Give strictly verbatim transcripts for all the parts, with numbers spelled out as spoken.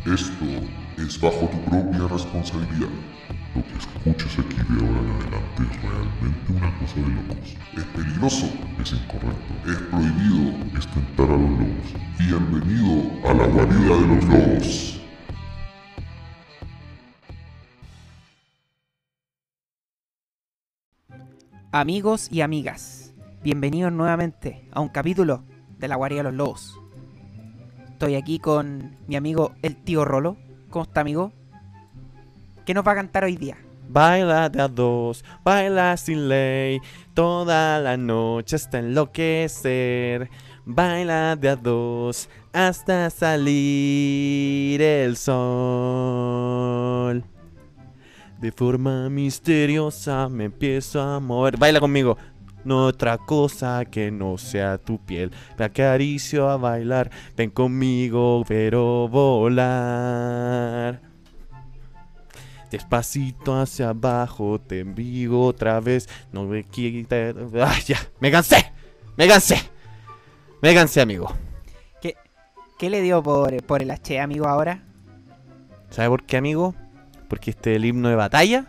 Esto es bajo tu propia responsabilidad. Lo que escuches aquí de ahora en adelante es realmente una cosa de locos. Es peligroso, es incorrecto, es prohibido, es tentar a los lobos. Bienvenido a la guarida de los lobos. Amigos y amigas, bienvenidos nuevamente a un capítulo de La Guarida de los Lobos. Estoy aquí con mi amigo el tío Rolo. ¿Cómo está, amigo? ¿Qué nos va a cantar hoy día? Baila de a dos, baila sin ley, toda la noche hasta enloquecer. Baila de a dos hasta salir el sol. De forma misteriosa me empiezo a mover. Baila conmigo. No otra cosa que no sea tu piel. Me acaricio a bailar. Ven conmigo, pero volar. Despacito hacia abajo, te envío otra vez. No me quites. ¡Ay, ya! ¡Me cansé! ¡Me cansé! Me cansé, amigo. ¿Qué, qué le dio por, por el H, amigo, ahora? ¿Sabe por qué, amigo? Porque este es el himno de batalla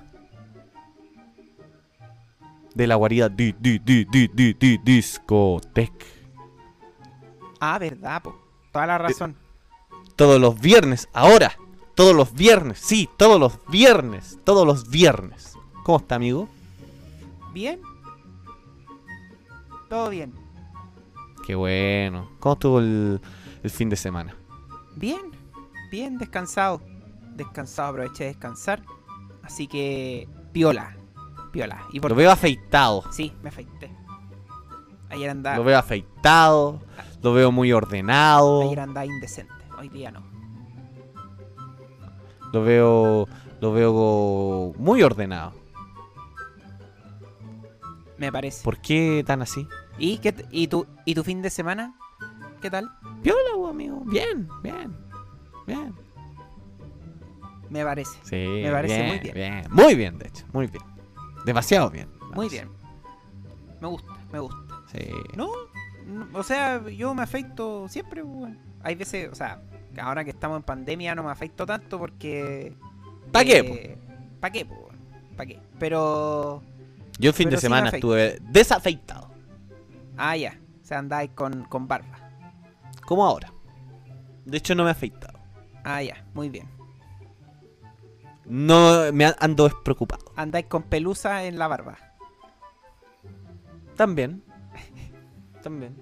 de la guarida di, di, di, di, di, di, discotec. Ah, verdad, po. Toda la razón. Todos los viernes, ahora. Todos los viernes, sí, todos los viernes. Todos los viernes. ¿Cómo está, amigo? ¿Bien? Todo bien. Qué bueno. ¿Cómo estuvo el, el fin de semana? Bien, bien, descansado. Descansado, aproveché de descansar. Así que, piola. Piola. ¿Y por Lo veo afeitado. Sí, me afeité. Ayer andaba. Lo veo afeitado. Lo veo muy ordenado. Ayer andaba indecente. Hoy día no. Lo veo. Lo veo muy ordenado. Me parece. ¿Por qué tan así? ¿Y qué t- y tu y tu fin de semana? ¿Qué tal? Piola, bo, amigo. Bien, bien. Bien. Me parece. Sí, Me parece muy bien. Muy bien, de hecho. Muy bien. Demasiado bien. Muy bien. Me gusta, me gusta. Sí. No, no, o sea, yo me afeito siempre, pues, bueno. Hay veces, o sea, ahora que estamos en pandemia no me afeito tanto porque ¿Pa' qué, eh, ¿Pa' qué, pues? ¿Pa' qué? Pero Yo el fin Pero de sí me semana afeito. estuve desafeitado. ah, ya. O sea, andáis con, con barba. Como ahora. De hecho, no me he afeitado. Ah, ya, muy bien. No me a- ando despreocupado. Andáis con pelusa en la barba. También. También.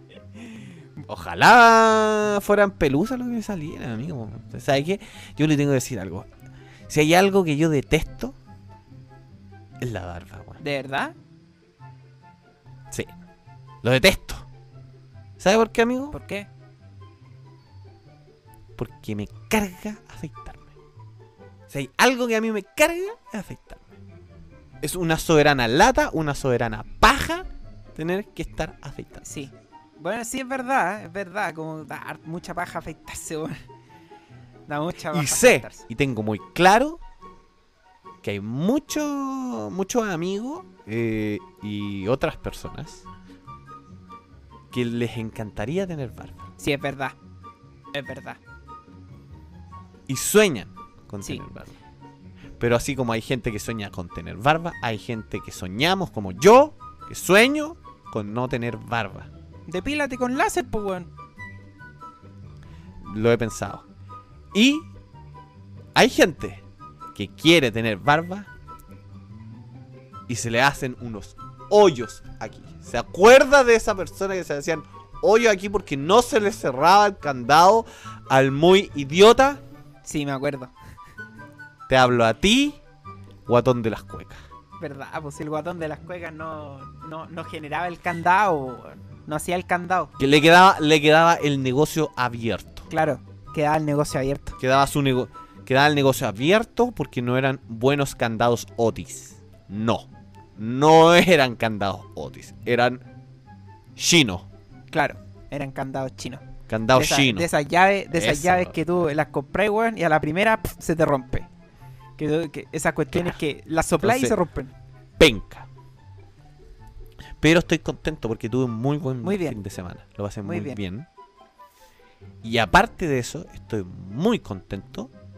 Ojalá fueran pelusas lo que me salieran, amigo. ¿Sabes qué? Yo le tengo que decir algo. Si hay algo que yo detesto, es la barba, weón. ¿De verdad? Sí. Lo detesto. ¿Sabe por qué, amigo? ¿Por qué? Porque me carga afeitarme. Si hay algo que a mí me carga, es afeitarme. Es una soberana lata, una soberana paja tener que estar afeitando. Sí. Bueno, sí, es verdad, es verdad. Como da har- mucha paja afeitarse, weón. Da mucha paja Y sé, afeitarse. y tengo muy claro que hay muchos muchos amigos eh, y otras personas que les encantaría tener barba. Sí, es verdad. Es verdad. Y sueñan con Sí. tener barba. Pero así como hay gente que sueña con tener barba, hay gente que soñamos, como yo, que sueño con no tener barba. Depílate con láser, pues, weón. Lo he pensado. Y hay gente que quiere tener barba y se le hacen unos hoyos aquí. ¿Se acuerda de esa persona que se hacían hoyos aquí porque no se le cerraba el candado al muy idiota? Sí, me acuerdo. Te hablo a ti, guatón de las cuecas. Verdad, pues si el guatón de las cuecas no, no, no generaba el candado, weón. No hacía el candado. Que le quedaba, le quedaba el negocio abierto. Claro, quedaba el negocio abierto. Quedaba su nego quedaba el negocio abierto porque no eran buenos candados Otis. No. No eran candados Otis. Eran chinos. Claro, eran candados chinos. Candados de esa- chinos. De esas llaves, de esas Eso. llaves que tú las compras, weón, y a la primera pf, se te rompe. Que, tú- que esas cuestiones que las soplas y Entonces- se rompen. Penca. Pero estoy contento porque tuve un muy buen Muy bien. fin de semana. Lo pasé Muy muy, bien. bien. Y aparte de eso, estoy muy contento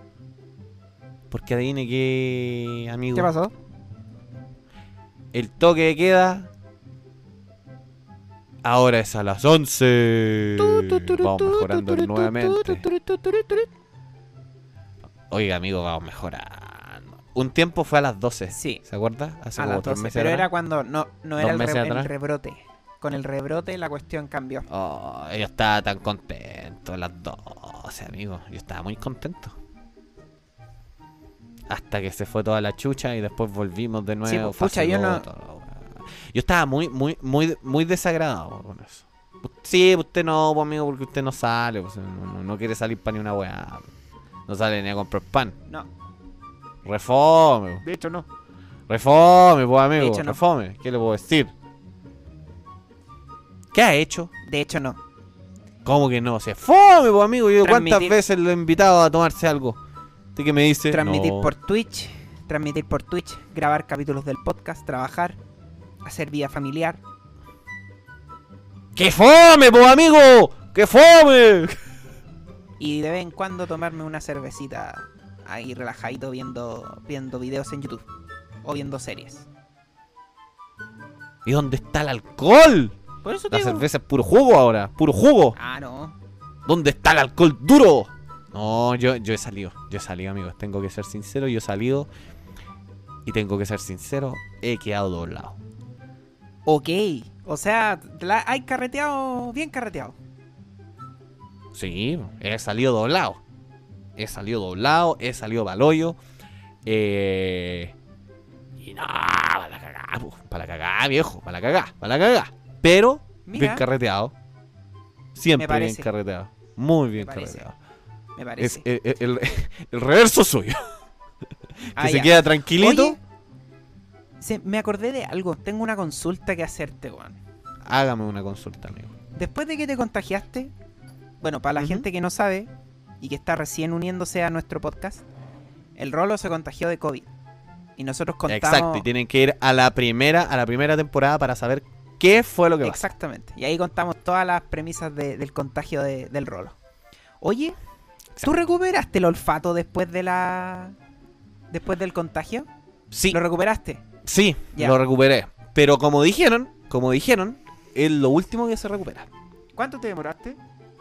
Porque adivine qué, amigo. ¿Qué pasó? El toque de queda ahora es a las once. Vamos mejorando nuevamente. Oiga, amigo, vamos mejorando. Un tiempo fue a las doce. Sí. ¿Se acuerda? Hace A como las tres doce, meses pero atrás. era cuando no, no Dos era el, meses re- el atrás. rebrote. Con el rebrote la cuestión cambió. Oh, yo estaba tan contento a las doce, amigo. Yo estaba muy contento. Hasta que se fue toda la chucha y después volvimos de nuevo. Sí, pues, fase pucha, yo dos, no- todo, yo estaba muy, muy, muy, muy desagradado con eso. Sí, usted no, pues, amigo, porque usted no sale. Pues, no, no- no quiere salir para ni una weá. No sale ni a comprar pan. No, Refome, de hecho no. refome, pues, amigo. De hecho, no. Refome. ¿Qué le puedo decir? ¿Qué ha hecho? De hecho no. ¿Cómo que no? Se fome, pues, amigo. Yo cuántas Transmitir- veces lo he invitado a tomarse algo. ¿Usted qué me dice? Transmitir No. por Twitch, transmitir por Twitch, grabar capítulos del podcast, trabajar, hacer vida familiar. ¡Qué fome, pues, amigo! ¡Qué fome! Y de vez en cuando tomarme una cervecita ahí relajadito viendo, viendo videos en YouTube. O viendo series. ¿Y dónde está el alcohol? Por eso te La digo. cerveza es puro jugo ahora, puro jugo. Ah, no. ¿Dónde está el alcohol duro? No, yo, yo he salido, yo he salido, amigos. Tengo que ser sincero, yo he salido. Y tengo que ser sincero, he quedado doblado. Ok. O sea, la, hay carreteado, bien carreteado. Sí, he salido doblado. He salido doblado, he salido balhoyo. Eh... Y no, para la cagá, po, para la cagá, viejo, para la cagá, para la cagá. Pero, Mira. bien carreteado. Siempre Me bien parece. carreteado. Muy bien Me parece. carreteado. Me Es parece. el, el- el- el reverso suyo. Ah, que se ya. queda tranquilito. Oye, se- me acordé de algo. Tengo una consulta que hacerte, Juan. Hágame una consulta, amigo. Después de que te contagiaste, bueno, para la Ujú. gente que no sabe y que está recién uniéndose a nuestro podcast, el Rolo se contagió de COVID. Y nosotros contamos... Exacto, y tienen que ir a la primera, a la primera temporada para saber qué fue lo que pasó. Exactamente. Y ahí contamos todas las premisas de- del contagio de- del Rolo. Oye, ¿tú Exacto. recuperaste el olfato después de la... después del contagio? Sí, ¿Lo recuperaste? sí, Ya. lo recuperé. Pero como dijeron, como dijeron, es lo último que se recupera. ¿Cuánto te demoraste?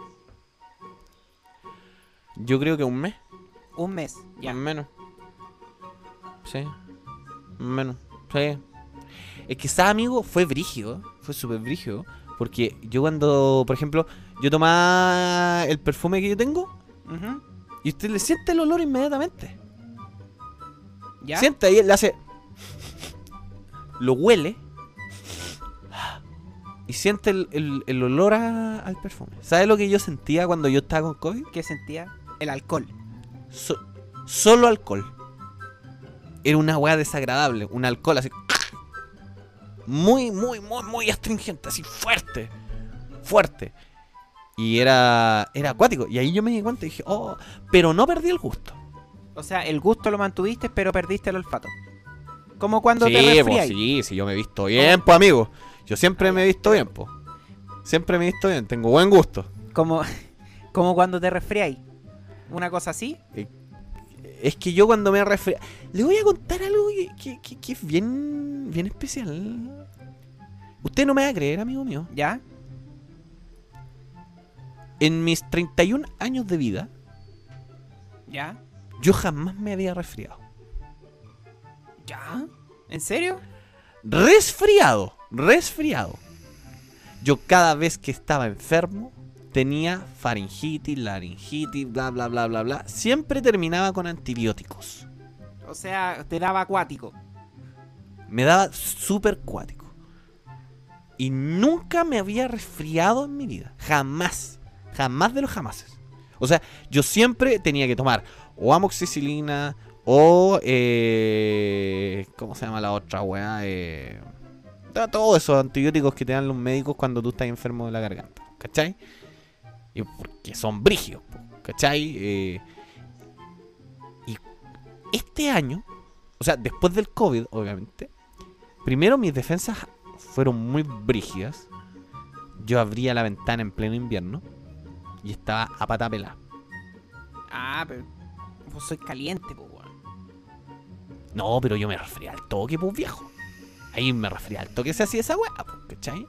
Yo creo que un mes, Un mes. Ya. más o menos. Sí, más o menos. Sí. Es que ese amigo fue brígido, fue súper brígido. Porque yo cuando, por ejemplo, yo tomaba el perfume que yo tengo Ujú. y usted le siente el olor inmediatamente. ¿Ya? Siente ahí, le hace. Lo huele. Y siente el, el- el olor a- al perfume. ¿Sabes lo que yo sentía cuando yo estaba con COVID? ¿Qué sentía? El alcohol. So- solo alcohol. Era una weá desagradable. Un alcohol así. Muy, muy, muy, muy astringente. Así fuerte. Fuerte. Y era, era acuático. Y ahí yo me di cuenta y dije, oh, pero no perdí el gusto. O sea, el gusto lo mantuviste, pero perdiste el olfato. Como cuando Sí, te pues, resfrías. sí, sí, yo me he visto bien, pues, amigo. Yo siempre me he visto bien, pues. Siempre me he visto bien, tengo buen gusto. Como, como cuando te resfriáis. Una cosa así. Es que yo cuando me resfrío... Le voy a contar algo que, que- que- que es bien, bien especial. Usted no me va a creer, amigo mío. ¿Ya? En mis treinta y un años de vida, ¿Ya? yo jamás me había resfriado. ¿Ya? ¿En serio? Resfriado, resfriado. Yo cada vez que estaba enfermo tenía faringitis, laringitis, bla, bla, bla, bla, bla. Siempre terminaba con antibióticos. O sea, te daba acuático. Me daba súper cuático. Y nunca me había resfriado en mi vida. Jamás. Jamás de los jamases. O sea, yo siempre tenía que tomar o amoxicilina o... Eh, ¿Cómo se llama la otra weá? Eh, todos esos antibióticos que te dan los médicos cuando tú estás enfermo de la garganta. ¿Cachai? Y porque son brígidos. ¿Cachai? Eh, y este año, o sea, después del COVID, obviamente, primero mis defensas fueron muy brígidas. Yo abría la ventana en pleno invierno y estaba a pata pelada. Ah, pero vos sois caliente, po, weón. No, pero yo me refería al toque, pues viejo. Ahí me refería al toque se hacía esa weá, pues, ¿cachai?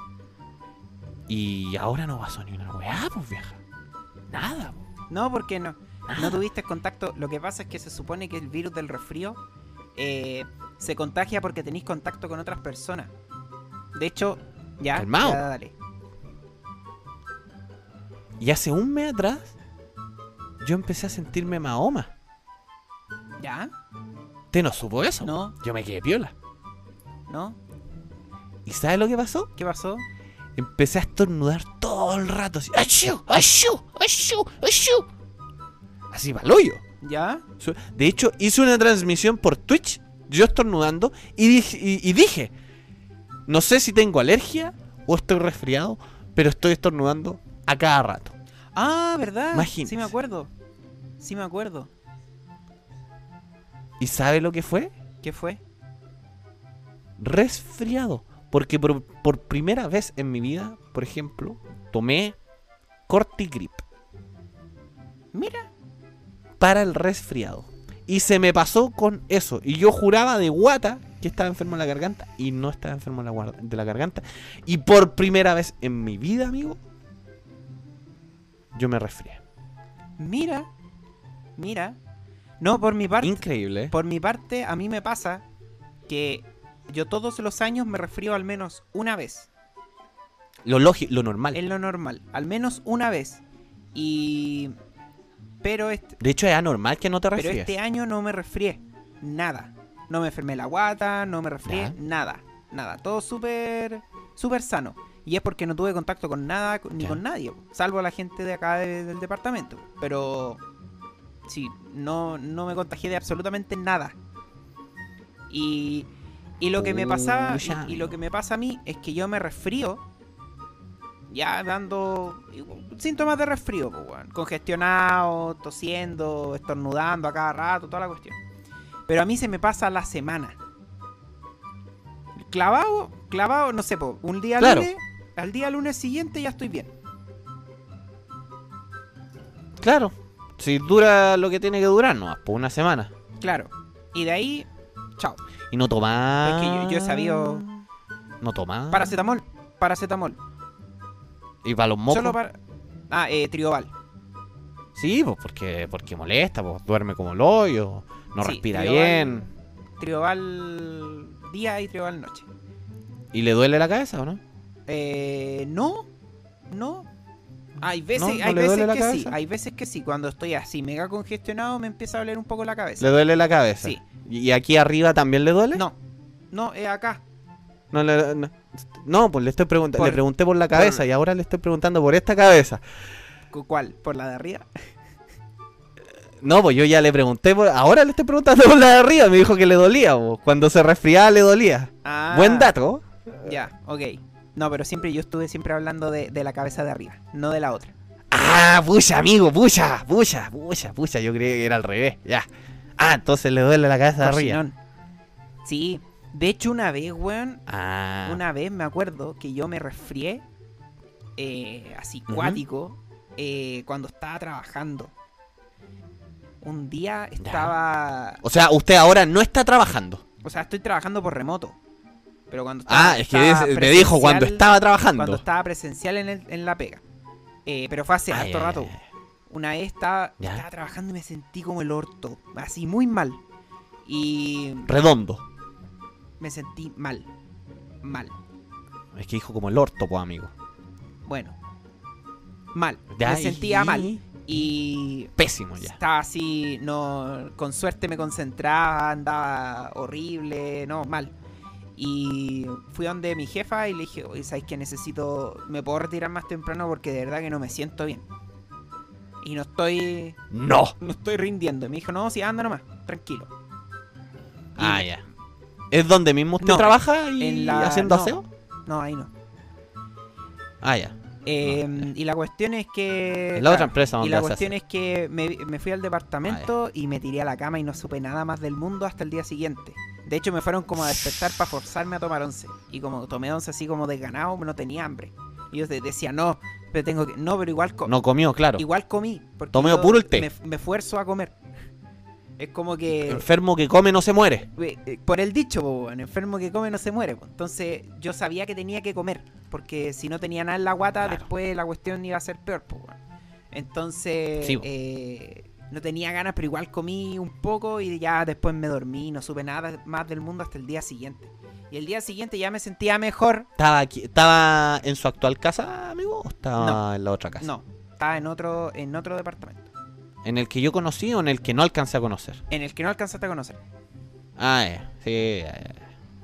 Y ahora no pasó ni una weá, pues vieja. Nada, pues. No, porque no. Nada. No tuviste contacto. Lo que pasa es que se supone que el virus del resfrío eh, se contagia porque tenéis contacto con otras personas. De hecho, ya, Calmao. ya dale. Y hace un mes atrás, yo empecé a sentirme Mahoma. ¿Ya? ¿Usted no supo eso? No. Yo me quedé piola. ¿No? ¿Y sabe lo que pasó? ¿Qué pasó? Empecé a estornudar todo el rato, así. ¡Achú! ¡Achú! ¡Achú! ¡Achú! Así paloyo. ¿Ya? De hecho, hice una transmisión por Twitch, yo estornudando, y dije, y, y dije, no sé si tengo alergia o estoy resfriado, pero estoy estornudando a cada rato. Ah, ¿verdad? Imagínese. Sí me acuerdo. Sí me acuerdo. ¿Y sabe lo que fue? ¿Qué fue? Resfriado. Porque por, por primera vez en mi vida, por ejemplo, tomé Cortigrip Mira. para el resfriado. Y se me pasó con eso. Y yo juraba de guata que estaba enfermo de la garganta. Y no estaba enfermo de la, guarda- de la garganta. Y por primera vez en mi vida, amigo, yo me resfrié. Mira. Mira. No, por mi parte. Increíble, ¿eh? Por mi parte, a mí me pasa que yo todos los años me resfrío al menos una vez. Lo lógico, lo normal. Es lo normal. Al menos una vez. Y... Pero este, De hecho, es anormal que no te pero resfríes. este año no me resfrié. Nada. No me enfermé la guata, no me resfrié. Ya. Nada. Nada. Todo súper... Súper sano. Y es porque no tuve contacto con nada ni Ya. con nadie. Salvo a la gente de acá de- del departamento. Pero... Sí, no, no me contagié de absolutamente nada. Y... Y lo que me pasaba, Pucha, y, y lo que me pasa a mí es que yo me resfrío, ya dando síntomas de resfrío, pues, weón. Congestionado, tosiendo, estornudando a cada rato, toda la cuestión. Pero a mí se me pasa la semana. Clavado, clavado, no sé, po, un día Claro. lunes, al día lunes siguiente ya estoy bien. Claro. Si dura lo que tiene que durar, no, por una semana. Claro. Y de ahí, chao. Y no tomar. Es que yo- yo he sabido- No tomar. Paracetamol, paracetamol. Y para los mocos. Solo para... Ah, eh, Trioval. Sí, pues porque, porque molesta, pues duerme como el hoyo, no Sí, respira Trioval- bien. Trioval día y Trioval noche. ¿Y le duele la cabeza o no? Eh, no, no. Hay veces, ¿No? ¿No hay le veces duele la que sí, cabeza? hay veces que sí. Cuando estoy así mega congestionado me empieza a doler un poco la cabeza. ¿Le duele la cabeza? Sí. ¿Y aquí arriba también le duele? No, no, es acá. No, le- no, no, pues le estoy preguntando, Por- le pregunté por la cabeza por- y ahora le estoy preguntando por esta cabeza. ¿Cu- ¿Cuál? ¿Por la de arriba? No, pues yo ya le pregunté por, ahora le estoy preguntando por la de arriba, me dijo que le dolía, pues. Cuando se resfriaba le dolía. Ah, Buen dato. Ya, ok. No, pero siempre yo estuve siempre hablando de, de la cabeza de arriba, no de la otra. Ah, pucha, amigo, pucha, pucha, pucha, pucha, yo creía que era al revés, ya. Ah, entonces le duele la cabeza de arriba. Cochinón. Sí, de hecho una vez, weón, Ah. una vez me acuerdo que yo me resfrié, eh, así Ujú. cuático, eh, cuando estaba trabajando. Un día estaba... O sea, usted ahora no está trabajando. O sea, estoy trabajando por remoto. Pero cuando estaba... Ah, es que estaba es- me dijo cuando presencial- estaba trabajando. Cuando estaba presencial en, el- en la pega. Eh, pero fue hace Ay, harto ay, rato. ay. Una vez estaba, Ya. estaba trabajando y me sentí como el orto. Así, muy mal. Y Redondo. me sentí mal. Mal. Es que dijo como el orto, pues, amigo. Bueno. Mal. Ya, me y- sentía y- mal. Y Pésimo ya. estaba así, no, con suerte me concentraba, andaba horrible, no, mal. Y fui a donde mi jefa y le dije, oye, ¿sabes qué? Necesito, me puedo retirar más temprano porque de verdad que no me siento bien. Y no estoy, No. no estoy rindiendo. Y me dijo, no, sí, anda nomás, tranquilo. Y Ah, ya. ¿Es donde mismo usted No, trabaja y en la- haciendo no. aseo? No, ahí no. Ah, ya. Eh, No, y la cuestión es que... En la otra empresa Y donde la hace cuestión aseo. es que me, me fui al departamento y me tiré a la cama y no supe nada más del mundo hasta el día siguiente. De hecho, me fueron como a despertar para forzarme a tomar once. Y como tomé once así como desganado, no tenía hambre. Y yo de- decía, no, pero tengo que... No, pero igual, co- No comió, claro. igual comí. Porque Tomé yo puro el té. Me, me esfuerzo a comer. Es como que... Enfermo que come no se muere. eh, Por el dicho, po, weón, enfermo que come no se muere, po. Entonces yo sabía que tenía que comer, porque si no tenía nada en la guata, Claro. después la cuestión iba a ser peor, po, weón. Entonces Sí, po. eh, no tenía ganas, pero igual comí un poco y ya después me dormí. No supe nada más del mundo hasta el día siguiente. Y el día siguiente ya me sentía mejor. ¿Estaba, aquí, ¿Estaba en su actual casa, amigo? ¿O estaba No. en la otra casa? No, estaba en otro, en otro departamento, ¿En el que yo conocí o en el que no alcancé a conocer? en el que no alcanzaste a conocer. Ah, ya. Sí, ya, ya.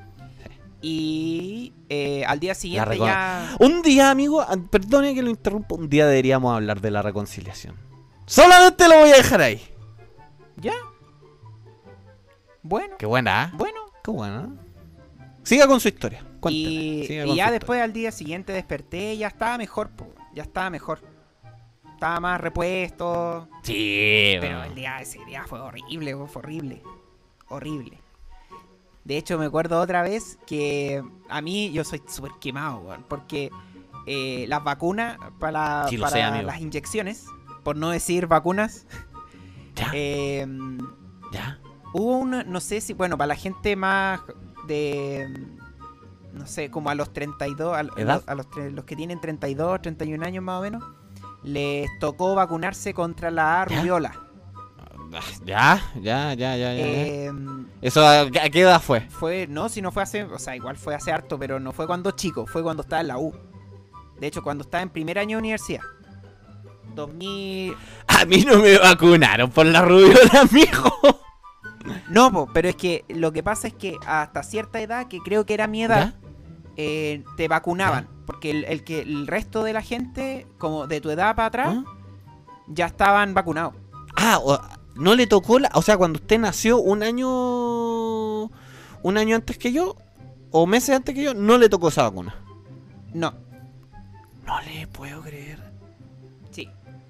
Y eh, al día siguiente recono- ya... Un día, amigo, ah, perdone que lo interrumpa, un día deberíamos hablar de la reconciliación. Solamente lo voy a dejar ahí. ¿Ya? Bueno, Qué buena, ¿eh? bueno. Qué buena. Siga con su historia. Cuénteme, Y, siga y con ya su después al día siguiente desperté y ya estaba mejor, po, ya estaba mejor. Estaba más repuesto. historia. Sí, Pero bueno. el día, ese día fue horrible, fue horrible. Horrible. De hecho, me acuerdo otra vez que a mí yo soy súper quemado, weón, porque eh, las vacunas para, Sí, lo para sé, amigo. las inyecciones, por no decir vacunas, Ya, eh, ya. hubo una, no sé si, bueno, para la gente más de, no sé, como a los treinta y dos, a, ¿Edad? a los, tre- los que tienen treinta y dos, treinta y un años más o menos, les tocó vacunarse contra la ¿Ya? rubiola. Ya, ya, ya, ya, ya. Eh, ¿Eso a, a qué edad fue? fue, no, si no fue hace, o sea, igual fue hace harto, pero no fue cuando chico, fue cuando estaba en la U. De hecho, cuando estaba en primer año de universidad. dos mil... A mí no me vacunaron por la rubiola, mijo. No, po, pero es que lo que pasa es que hasta cierta edad, que creo que era mi edad, ¿Ya? eh, te vacunaban. Porque el, el que el resto de la gente, como de tu edad para atrás, ¿Ah? ya estaban vacunados. Ah, o- no le tocó la... O sea, cuando usted nació un año... Un año antes que yo, o meses antes que yo, no le tocó esa vacuna. No, No le puedo creer. sí.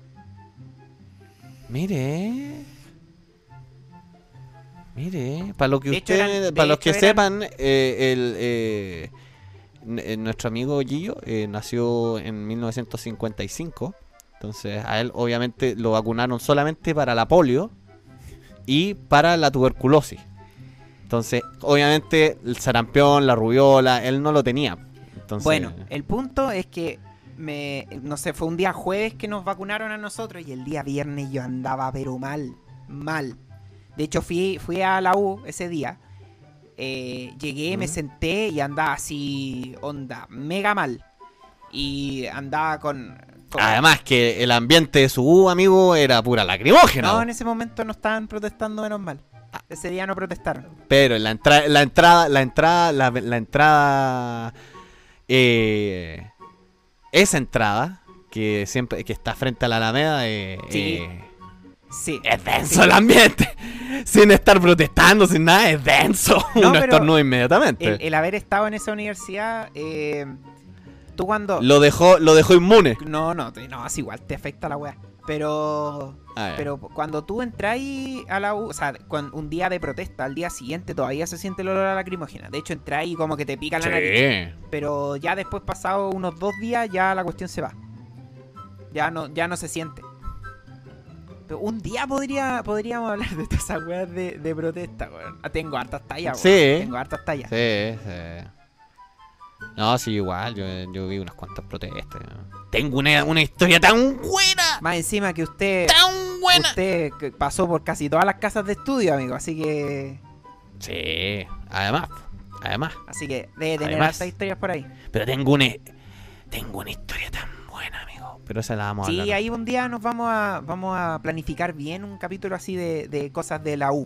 Mire. Mire, para lo que De hecho, ustedes, eran- de para los que hecho, eran- sepan, eh, el, eh, n- eh, nuestro amigo Gillo eh, nació en mil novecientos cincuenta y cinco. Entonces a él obviamente lo vacunaron solamente para la polio y para la tuberculosis. Entonces, obviamente el sarampión, la rubiola, él no lo tenía. Entonces, Bueno, el punto es que me, no sé, fue un día jueves que nos vacunaron a nosotros y el día viernes yo andaba pero mal, mal. De hecho fui, fui a la U ese día, eh, llegué, me ¿Mm? senté y andaba así, onda, mega mal. Y andaba con... con- además que el ambiente de su U, amigo, era pura lacrimógena. No, bo. en ese momento no estaban protestando, menos mal. Ese día no protestaron. Pero en la, entra- la entrada, la entrada, la, la entrada, eh, esa entrada que siempre que está frente a la Alameda, eh, Sí. eh, Sí. es denso Sí. el ambiente, sin estar protestando, sin nada, es denso. No, Uno pero estornuda inmediatamente. El, el haber estado en esa universidad, eh, tú cuando... Lo dejó, lo dejó inmune. No, no, te- no, es igual, te afecta la weá. Pero... Ah, ya. Pero cuando tú entras a la U, o sea, cuan- un día de protesta, al día siguiente todavía se siente el olor a lacrimógena. De hecho, entras y como que te pica la nariz. Sí. Pero ya después, pasado unos dos días, ya la cuestión se va. Ya no, ya no se siente. Pero un día podría, podríamos hablar de todas esas weas de, de protesta, weón. Ah, tengo hartas tallas, Sí. weón. Tengo hartas tallas. Sí, sí. No, sí, igual, yo, yo vi unas cuantas protestas. ¿no? Tengo una, una historia tan buena, Más encima que usted... tan buena. Usted que pasó por casi todas las casas de estudio, amigo. Así que... Sí, además, además. Así que debe tener Además- hartas historias por ahí. Pero tengo una, tengo una historia tan buena, amigo. Pero esa la vamos a Sí, hablar. ahí un día nos vamos a vamos a planificar bien un capítulo así de, de cosas de la U.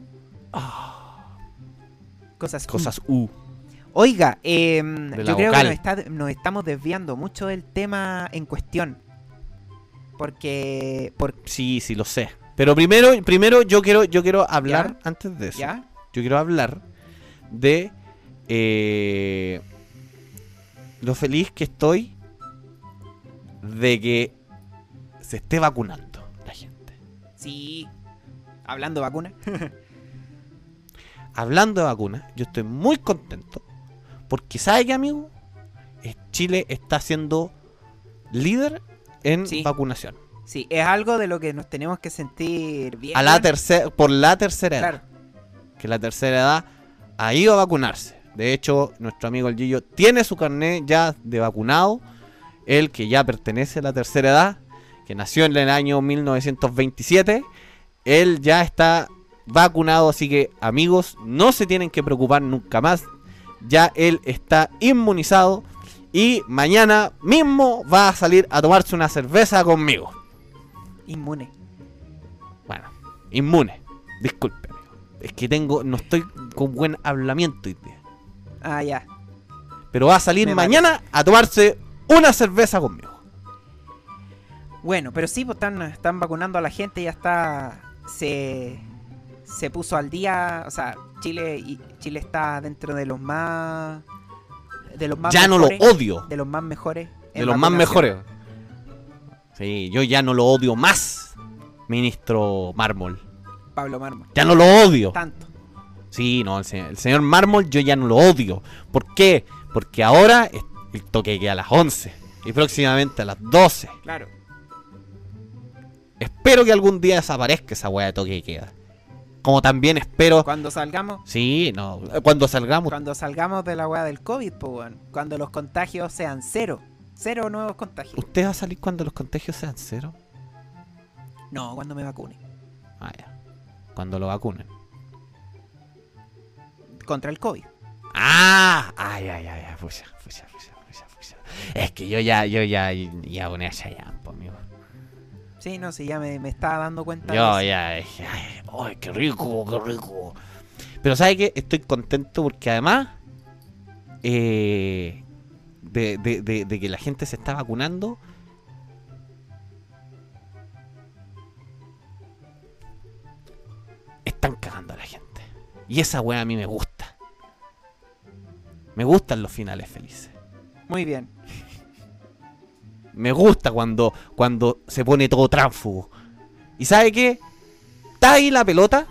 Cosas U. Cosas U. Oiga, eh, la yo creo vocal. que nos, está- nos estamos desviando mucho del tema en cuestión. Porque... por, Sí, sí, lo sé. Pero primero, primero yo quiero, yo quiero hablar, ¿Ya? antes de eso, ¿Ya? yo quiero hablar de eh, lo feliz que estoy de que se esté vacunando la gente. Sí. Hablando vacuna. Hablando de vacunas, yo estoy muy contento porque, ¿sabe qué, amigo? Eh, Chile está siendo líder en Sí. vacunación. Sí, es algo de lo que nos tenemos que sentir bien. A la tercera, por la tercera edad. Claro. Que la tercera edad ha ido a vacunarse. De hecho, nuestro amigo el Gillo tiene su carnet ya de vacunado. Él que ya pertenece a la tercera edad, que nació en el año mil novecientos veintisiete. Él ya está vacunado, así que amigos, no se tienen que preocupar nunca más. Ya él está inmunizado y mañana mismo va a salir a tomarse una cerveza conmigo. Inmune. Bueno, inmune. Disculpe, amigo. Es que tengo, no estoy con buen hablamiento hoy día. Ah, ya. Pero va a salir Me mañana parece. a tomarse una cerveza conmigo. Bueno, pero sí, pues están, están vacunando a la gente, ya está. Se, se puso al día. O sea, Chile y Chile está dentro de los más. De los más Ya no lo mejores, odio. De los más mejores. De en los más vacunación. mejores. Sí, yo ya no lo odio más, ministro Mármol. Pablo Mármol. Ya no lo odio. Tanto. Sí, no, el señor, el señor Mármol yo ya no lo odio. ¿Por qué? Porque ahora es- el toque queda a las once y próximamente a las doce. Claro. Espero que algún día desaparezca esa weá de toque de queda. Como también espero... Cuando salgamos. Sí, no, cuando salgamos... Cuando salgamos de la weá del COVID, pues, weón. Cuando los contagios sean cero. Cero nuevos contagios. ¿Usted va a salir cuando los contagios sean cero? No, cuando me vacune. Ah, ya. Cuando lo vacunen. Contra el COVID. ¡Ah! ¡Ay, ay, ay! ay, Pucha, pucha, pucha, pucha, pucha. Es que yo ya, yo ya, ya poné a Chayanne, po, amigo. Sí, no sé, ya me, me estaba dando cuenta. de Yo eso. ya dije, ay, ay, qué rico, qué rico. Pero ¿sabe qué? Estoy contento porque además eh, de, de, de, de que la gente se está vacunando. Están cagando a la gente. Y esa weá a mí me gusta. Me gustan los finales felices. Muy bien. Me gusta cuando, cuando se pone todo tránsfugo. ¿Y sabe qué? ¿Está ahí la pelota?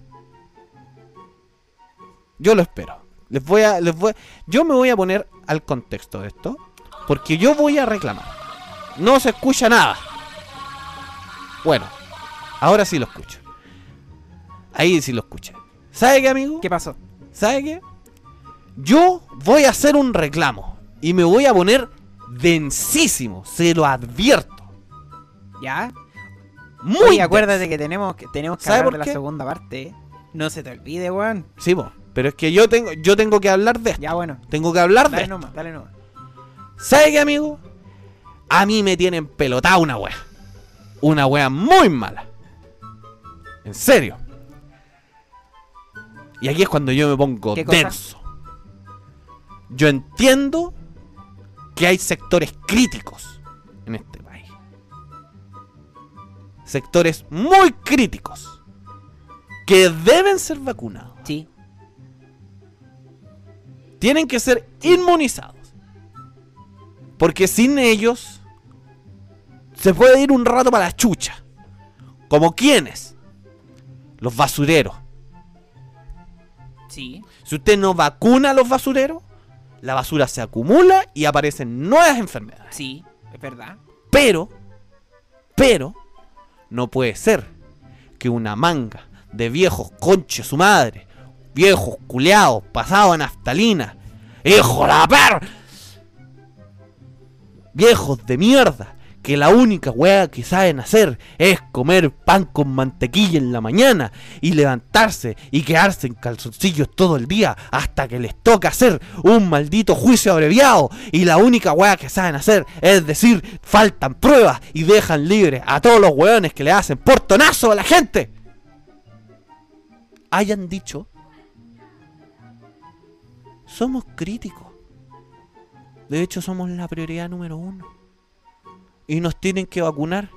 Yo lo espero. Les voy a, les voy, yo me voy a poner al contexto de esto. Porque yo voy a reclamar. No se escucha nada. Bueno, ahora sí lo escucho. Ahí sí lo escuché. ¿Sabe qué, amigo? ¿Qué pasó? ¿Sabe qué? Yo voy a hacer un reclamo. Y me voy a poner densísimo. Se lo advierto. ¿Ya? Muy Oye, denso. acuérdate que tenemos que, tenemos que ¿Sabe hablar por de qué? la segunda parte. ¿eh? No se te olvide, weón. Sí, po, pero es que yo tengo, yo tengo que hablar de esto. Ya, bueno. Tengo que hablar de Dale esto. nomás, dale nomás. ¿Sabe qué, amigo? A mí me tienen pelotada una wea. Una wea muy mala. En serio. Y aquí es cuando yo me pongo ¿Qué cosa? denso. Yo entiendo que hay sectores críticos en este país. Sectores muy críticos que deben ser vacunados. Sí. Tienen que ser inmunizados. Porque sin ellos se puede ir un rato para la chucha. ¿Como quiénes? Los basureros. Sí. Si usted no vacuna a los basureros, la basura se acumula y aparecen nuevas enfermedades. Sí, es verdad. Pero, pero, no puede ser que una manga de viejos conches su madre, viejos culeados, pasados a naftalina, hijo de la per... viejos de mierda, que la única weá que saben hacer es comer pan con mantequilla en la mañana y levantarse y quedarse en calzoncillos todo el día hasta que les toca hacer un maldito juicio abreviado, y la única weá que saben hacer es decir faltan pruebas y dejan libres a todos los weones que le hacen portonazo a la gente. Hayan dicho, somos críticos. De hecho, somos la prioridad número uno. Y nos tienen que vacunar.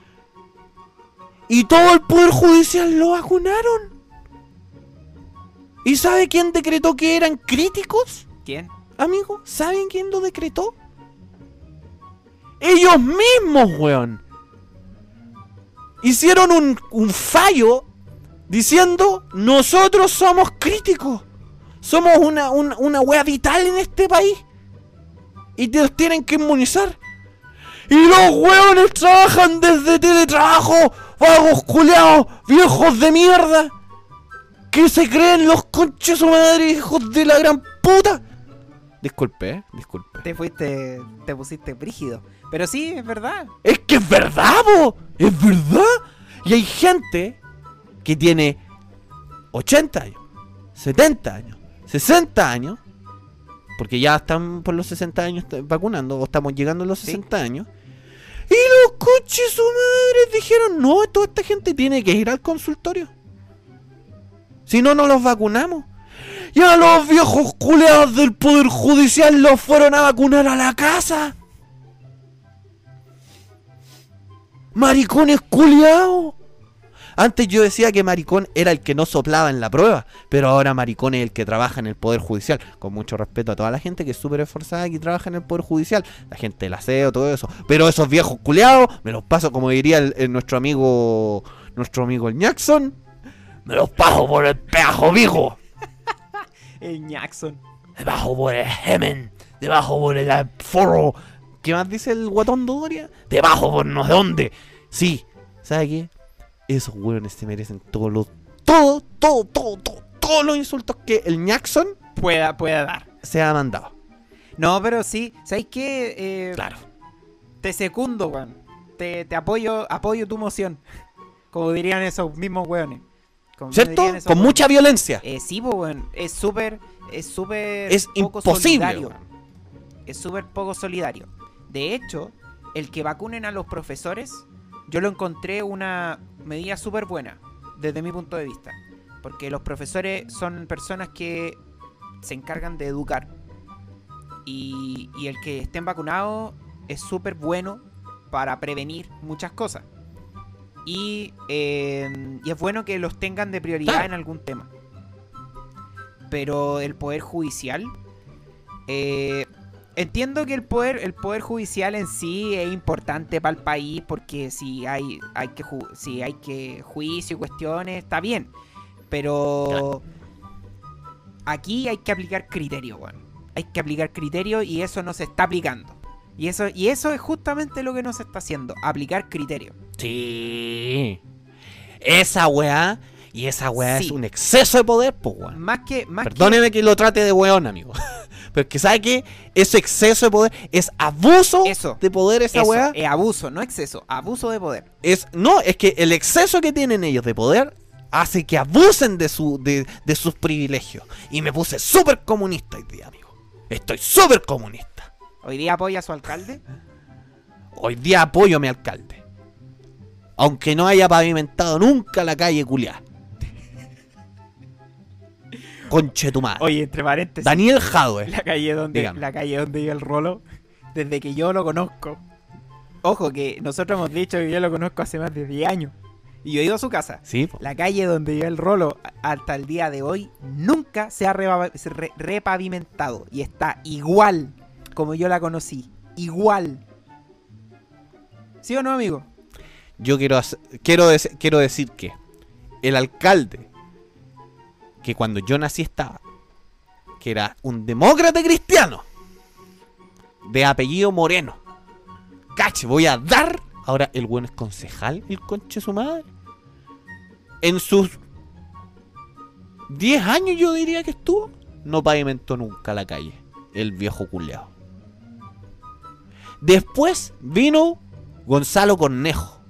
Y todo el Poder Judicial lo vacunaron. ¿Y sabe quién decretó que eran críticos? ¿Quién? Amigo, ¿saben quién lo decretó? Ellos mismos, weón. Hicieron un, un fallo diciendo, nosotros somos críticos. Somos una, una, una wea vital en este país. Y te los tienen que inmunizar. Y los hueones trabajan desde teletrabajo. Vagos culeados, viejos de mierda. ¿Qué se creen los conches su madre, hijos de la gran puta? Disculpe, eh, disculpe. Te fuiste, te pusiste brígido. Pero sí, es verdad. Es que es verdad, po. Es verdad. Y hay gente que tiene ochenta años, setenta años, sesenta años. Porque ya están por los sesenta años vacunando. O estamos llegando a los sesenta ¿Sí? años. Y los coches su madre dijeron, no, toda esta gente tiene que ir al consultorio. Si no, no los vacunamos. Y a los viejos culeados del Poder Judicial los fueron a vacunar a la casa. Maricones culeados. Antes yo decía que maricón era el que no soplaba en la prueba, pero ahora maricón es el que trabaja en el Poder Judicial. Con mucho respeto a toda la gente que es súper esforzada y que trabaja en el Poder Judicial. La gente del aseo, todo eso. Pero esos viejos culeados, me los paso, como diría el, el, nuestro amigo nuestro amigo el Jackson, me los paso por el peajo viejo. El Jackson. Debajo por el Gemen, debajo por el forro. ¿Qué más dice el guatón Doria? Debajo por no sé dónde. Sí, ¿sabe qué? Esos hueones se merecen todos los. Todo, todo, todo, todo, todos los insultos que el Jackson pueda, pueda dar. Se ha mandado. No, pero sí, ¿sabes qué? Eh, claro. Te secundo, weón. Te, te apoyo, apoyo tu moción. Como dirían esos mismos weones. Como ¿Cierto? Con weones. Mucha violencia. Eh, sí, pues, weón. Es súper, es súper Es poco imposible. solidario. Es súper poco solidario. De hecho, el que vacunen a los profesores, yo lo encontré una medida súper buena, desde mi punto de vista. Porque los profesores son personas que se encargan de educar. Y, y el que estén vacunados es súper bueno para prevenir muchas cosas. Y, eh, y es bueno que los tengan de prioridad en algún tema. Pero el Poder Judicial... Eh, entiendo que el poder, el poder judicial en sí es importante para el país, porque si hay, hay que ju si hay que juicio y cuestiones, está bien. Pero aquí hay que aplicar criterio, bueno. Hay que aplicar criterio y eso no se está aplicando. Y eso, y eso es justamente lo que no se está haciendo, aplicar criterio. Sí. Esa weá, y esa weá Sí. es un exceso de poder, pues weón. Más que, más Perdóneme que... que lo trate de weón, amigo. Pero es que sabe que ese exceso de poder es abuso Eso. de poder, esa eso, weá. es abuso, no exceso, abuso de poder. Es, no, es que el exceso que tienen ellos de poder hace que abusen de, su, de, de sus privilegios. Y me puse súper comunista hoy día, amigo. Estoy súper comunista. Hoy día apoya a su alcalde. Hoy día apoyo a mi alcalde. Aunque no haya pavimentado nunca la calle culiá. Conche tu madre. Oye, entre paréntesis. Daniel Jadwe. La calle donde, Dígame. la calle donde vive el Rolo, desde que yo lo conozco. Ojo, que nosotros hemos dicho que yo lo conozco hace más de diez años. Y yo he ido a su casa. Sí, po. La calle donde vive el Rolo, a- hasta el día de hoy, nunca se ha reba- se re- repavimentado. Y está igual como yo la conocí. Igual. ¿Sí o no, amigo? Yo quiero, hacer- quiero, dec- quiero decir que el alcalde, que cuando yo nací estaba, que era un demócrata cristiano, de apellido Moreno. Cache, voy a dar. Ahora el bueno es concejal, el conche su madre. En sus diez años yo diría que estuvo, no pavimentó nunca la calle, el viejo culeado. Después vino Gonzalo Cornejo.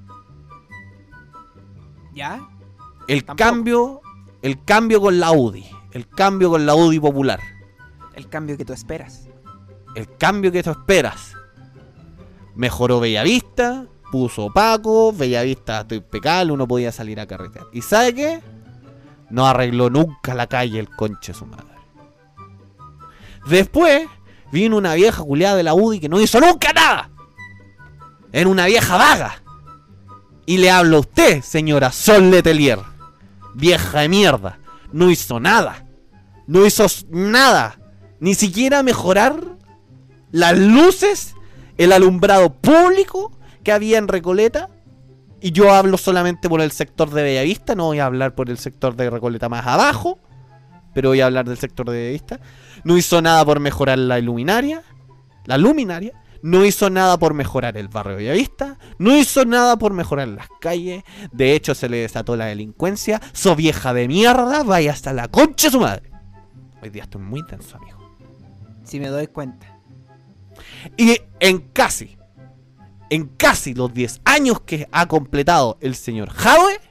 ¿Ya? El Tampoco. cambio, el cambio con la U D I, el cambio con la U D I popular, El cambio que tú esperas. el cambio que tú esperas. Mejoró Bellavista, puso Paco, Bellavista está impecable, uno podía salir a carretear. ¿Y sabe qué? No arregló nunca la calle el conche de su madre. Después vino una vieja culiada de la U D I que no hizo nunca nada. Era una vieja vaga. Y le hablo a usted, señora Sol Letelier. Vieja de mierda. No hizo nada. No hizo s- nada. Ni siquiera mejorar las luces, el alumbrado público que había en Recoleta. Y yo hablo solamente por el sector de Bellavista. No voy a hablar por el sector de Recoleta más abajo, pero voy a hablar del sector de Bellavista. No hizo nada por mejorar la luminaria. La luminaria. no hizo nada por mejorar el barrio Bellavista, no hizo nada por mejorar las calles, de hecho se le desató la delincuencia, so vieja de mierda, vaya hasta la concha de su madre. Hoy día estoy muy tenso, amigo. Si me doy cuenta. Y en casi, en casi los diez años que ha completado el señor Jadwe,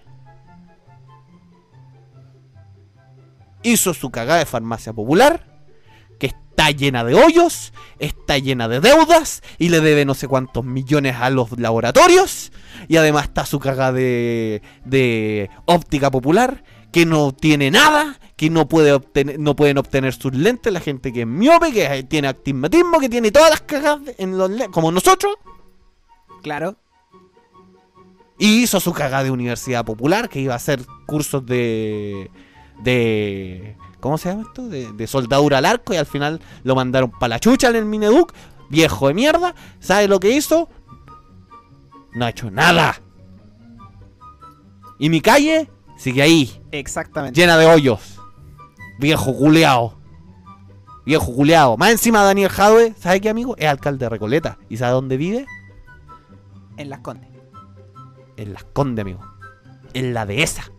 hizo su cagada de farmacia popular, que está llena de hoyos, está llena de deudas y le debe no sé cuántos millones a los laboratorios. Y además está su cagada de, de óptica popular, que no tiene nada, que no puede obtener, no pueden obtener sus lentes, la gente que es miope, que tiene astigmatismo, que tiene todas las cagadas en los lentes, como nosotros. Claro. Y hizo su cagada de universidad popular, que iba a hacer cursos de... de ¿cómo se llama esto? De, de soldadura al arco, y al final lo mandaron para la chucha en el Mineduc. Viejo de mierda. ¿Sabe lo que hizo? No ha hecho nada. Y mi calle sigue ahí, Exactamente. llena de hoyos. Viejo culeado. Viejo culeado. Más encima Daniel Jadwe, ¿sabe qué, amigo? Es alcalde de Recoleta. ¿Y sabe dónde vive? En Las Condes. En Las Condes, amigo. En la dehesa.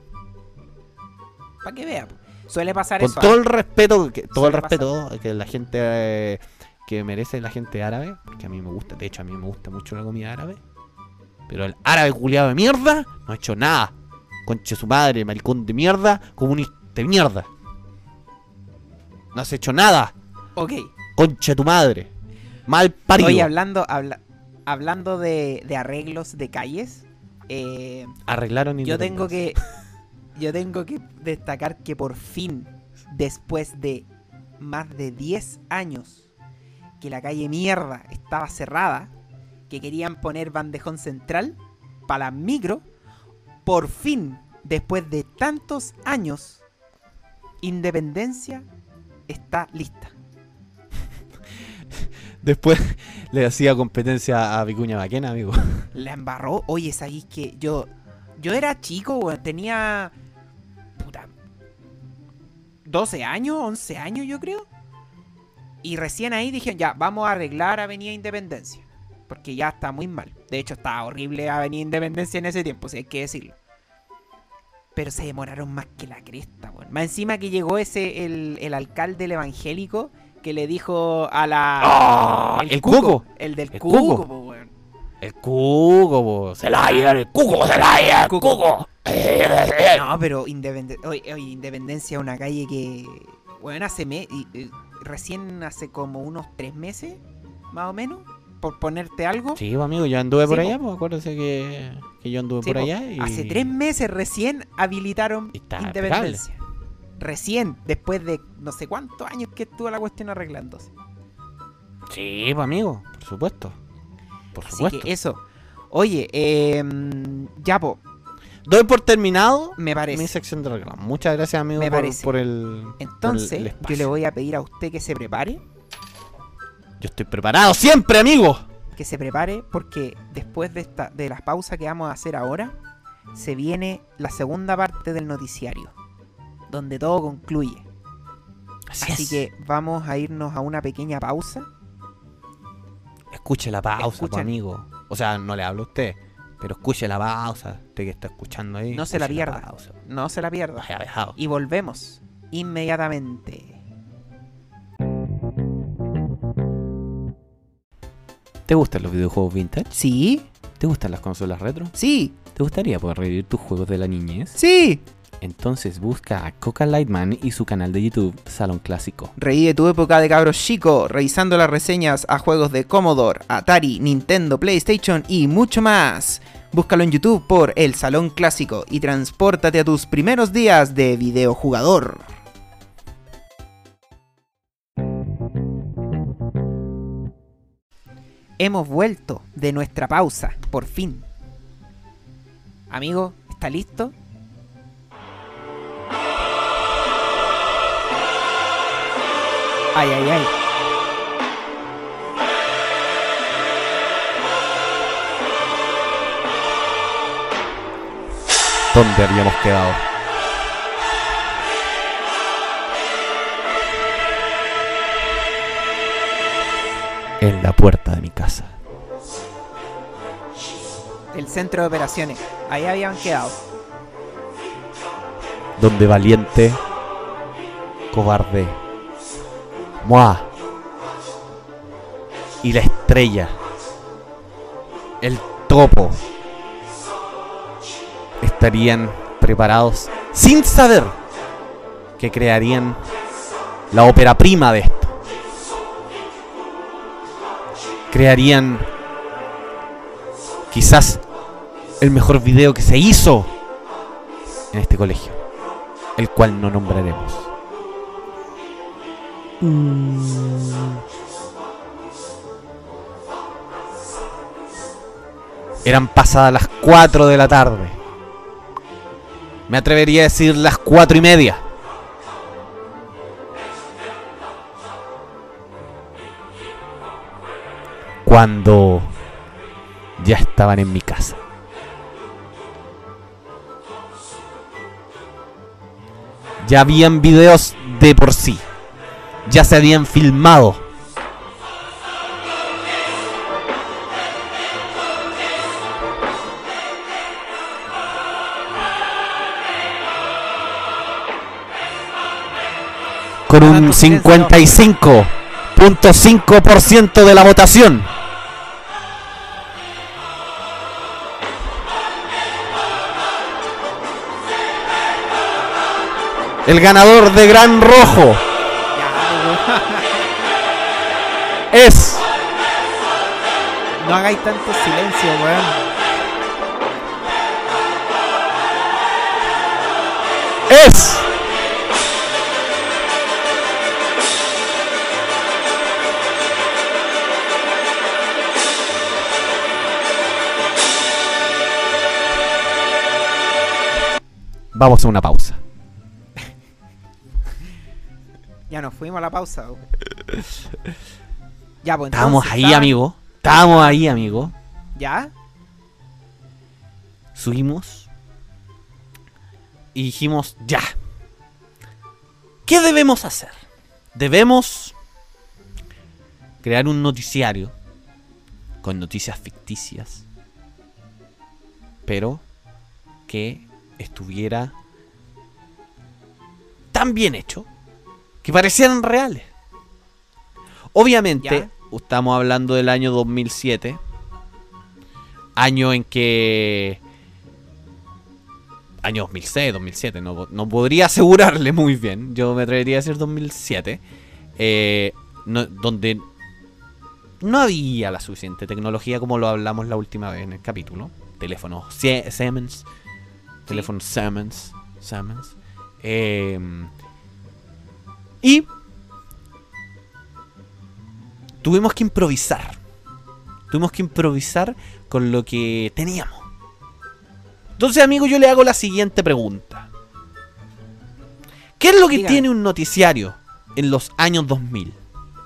Para que vea. Suele pasar Con eso. todo ¿eh? el respeto, que, todo el Suele respeto que la gente eh, que merece la gente árabe, porque a mí me gusta, de hecho a mí me gusta mucho la comida árabe, pero el árabe culiado de mierda no ha hecho nada. Conche su madre, maricón de mierda, comunista de mierda. No has hecho nada. Ok. Conche tu madre. Mal parido. Oye, hablando, habla, hablando de, de arreglos de calles, eh, Arreglaron yo tengo independencia. que yo tengo que destacar que por fin, después de más de diez años que la calle mierda estaba cerrada, que querían poner bandejón central para las micro, por fin, después de tantos años, Independencia está lista. Después le hacía competencia a Vicuña Maquena, amigo. La embarró. Oye, ¿sabéis que yo yo era chico, weón? Tenía puta doce años, once años, yo creo. Y recién ahí dijeron, ya, vamos a arreglar Avenida Independencia, porque ya está muy mal. De hecho, estaba horrible Avenida Independencia en ese tiempo, si hay que decirlo. Pero se demoraron más que la cresta, weón. Más encima que llegó ese, el, el alcalde, el evangélico, que le dijo a la... ¡Oh! El Cuco. El del El Cuco, Cuco. po, weón. El Cuco, po. Se la lleva el Cuco, se la lleva el Cuco. No, pero Independe- oye, oye, Independencia es una calle que, bueno, hace me y, y, recién hace como unos tres meses, más o menos, por ponerte algo. Sí, pues, amigo, yo anduve por Sí, allá, po. pues acuérdese que, que yo anduve Sí, por po, allá y... Hace tres meses recién habilitaron Y está Independencia. Recién, después de no sé cuántos años que estuvo la cuestión arreglándose. Sí, pues, amigo, por supuesto. Por Así supuesto. que eso. Oye, eh, ya, po, Doy por terminado me parece. mi sección de reclamo. Muchas gracias, amigo, Me por, parece. por el Entonces, por el yo espacio. le voy a pedir a usted que se prepare. Yo estoy preparado siempre, amigo. Que se prepare porque después de esta de las pausas que vamos a hacer ahora, se viene la segunda parte del noticiario, donde todo concluye. Así, Así es. que vamos a irnos a una pequeña pausa. Escuche la pausa, pues, Escuchen. amigo. O sea, no le hablo a usted, pero escuche la pausa. Usted que está escuchando ahí. No se la escuche pierda. pausa. No se la pierda. Vaya dejado. Y volvemos inmediatamente. ¿Te gustan los videojuegos vintage? ¿Sí? ¿Te gustan las consolas retro? Sí. ¿Te gustaría poder revivir tus juegos de la niñez? Sí. Entonces busca a Coca Lightman y su canal de YouTube Salón Clásico. Revive tu época de cabros chico, revisando las reseñas a juegos de Commodore, Atari, Nintendo, PlayStation y mucho más. Búscalo en YouTube por El Salón Clásico y transpórtate a tus primeros días de videojugador. Hemos vuelto de nuestra pausa, por fin. Amigo, ¿está listo? Ay, ay, ay. ¿Dónde habíamos quedado? en la puerta de mi casa. El centro de operaciones. Ahí habían quedado. Donde Valiente, Cobarde, Moa y la Estrella, el Topo, estarían preparados sin saber que crearían la ópera prima de esto. Crearían quizás el mejor video que se hizo en este colegio, el cual no nombraremos. Eran pasadas las cuatro de la tarde. Me atrevería a decir las cuatro y media. Cuando ya estaban en mi casa. Ya habían videos de por sí. Ya se habían filmado. Con un cincuenta y cinco punto cinco por ciento de la votación. El ganador de Gran Rojo es... No hagáis tanto silencio, weón. Es... Vamos a una pausa. Ya nos fuimos a la pausa. weón. Ya, pues entonces, Estábamos ahí, estaban- amigo. Estábamos ahí, amigo. ¿Ya? Subimos y dijimos, ya, ¿qué debemos hacer? Debemos crear un noticiario con noticias ficticias, pero que estuviera tan bien hecho que parecieran reales. Obviamente, ¿Ya? estamos hablando del año dos mil siete, año en que... Año dos mil seis, dos mil siete, no, no podría asegurarle muy bien. Yo me atrevería a decir dos mil siete. Eh, no, donde no había la suficiente tecnología como lo hablamos la última vez en el capítulo. Teléfonos Sie- Siemens. Teléfonos Siemens. Siemens. Eh, y tuvimos que improvisar. Tuvimos que improvisar con lo que teníamos. Entonces, amigo, yo le hago la siguiente pregunta. ¿Qué es lo que Dígame. tiene un noticiario en los años dos mil?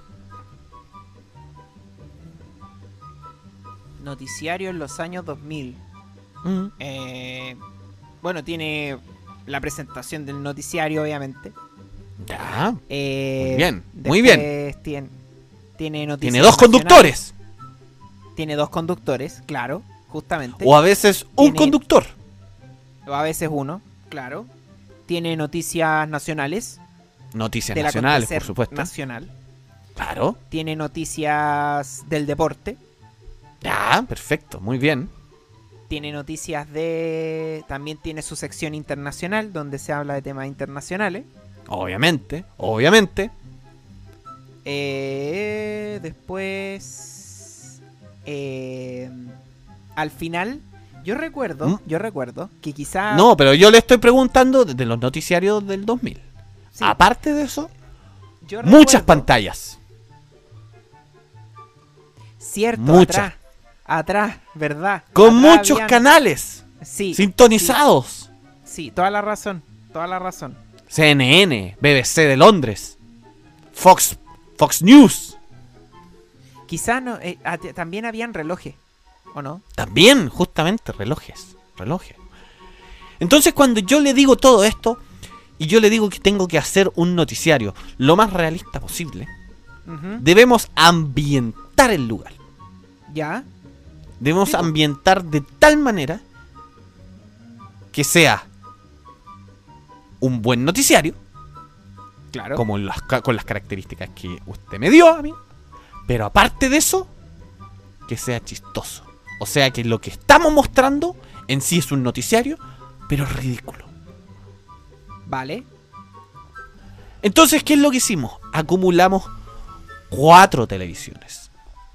Noticiario en los años dos mil. Mm, Eh, bueno, tiene la presentación del noticiario, obviamente. Ya. Eh, Muy bien, muy bien. después Tiene, tiene noticias Tiene dos nacionales. conductores. Tiene dos conductores, claro, justamente. O a veces un Tiene- conductor. O a veces uno, claro. Tiene noticias nacionales. Noticias del nacionales, acontecer por supuesto. nacional. Claro. Tiene noticias del deporte. Ya, perfecto, muy bien. Tiene noticias de... También tiene su sección internacional, donde se habla de temas internacionales. Obviamente, obviamente. Eh, después... eh, al final... Yo recuerdo, ¿Mm? yo recuerdo que quizá... No, pero yo le estoy preguntando de los noticiarios del dos mil. sí, Aparte de eso, yo muchas recuerdo- pantallas. Cierto, Muchas. atrás. Atrás, ¿verdad? Con Atrás muchos habían- canales Sí, sintonizados. Sí, sí, toda la razón, toda la razón. C N N, B B C de Londres, Fox, Fox News. Quizá no, eh, ah, t- también habían relojes, ¿o no? También, justamente, relojes. Relojes. Entonces, cuando yo le digo todo esto, y yo le digo que tengo que hacer un noticiario lo más realista posible, Ujú. debemos ambientar ambientar el lugar. ¿Ya? Debemos Sí, po. ambientar de tal manera que sea un buen noticiario, Claro. como las, ca- con las características que usted me dio a mí, pero aparte de eso, que sea chistoso. O sea que lo que estamos mostrando en sí es un noticiario, pero es ridículo. Vale. Entonces, ¿qué es lo que hicimos? Acumulamos cuatro televisiones.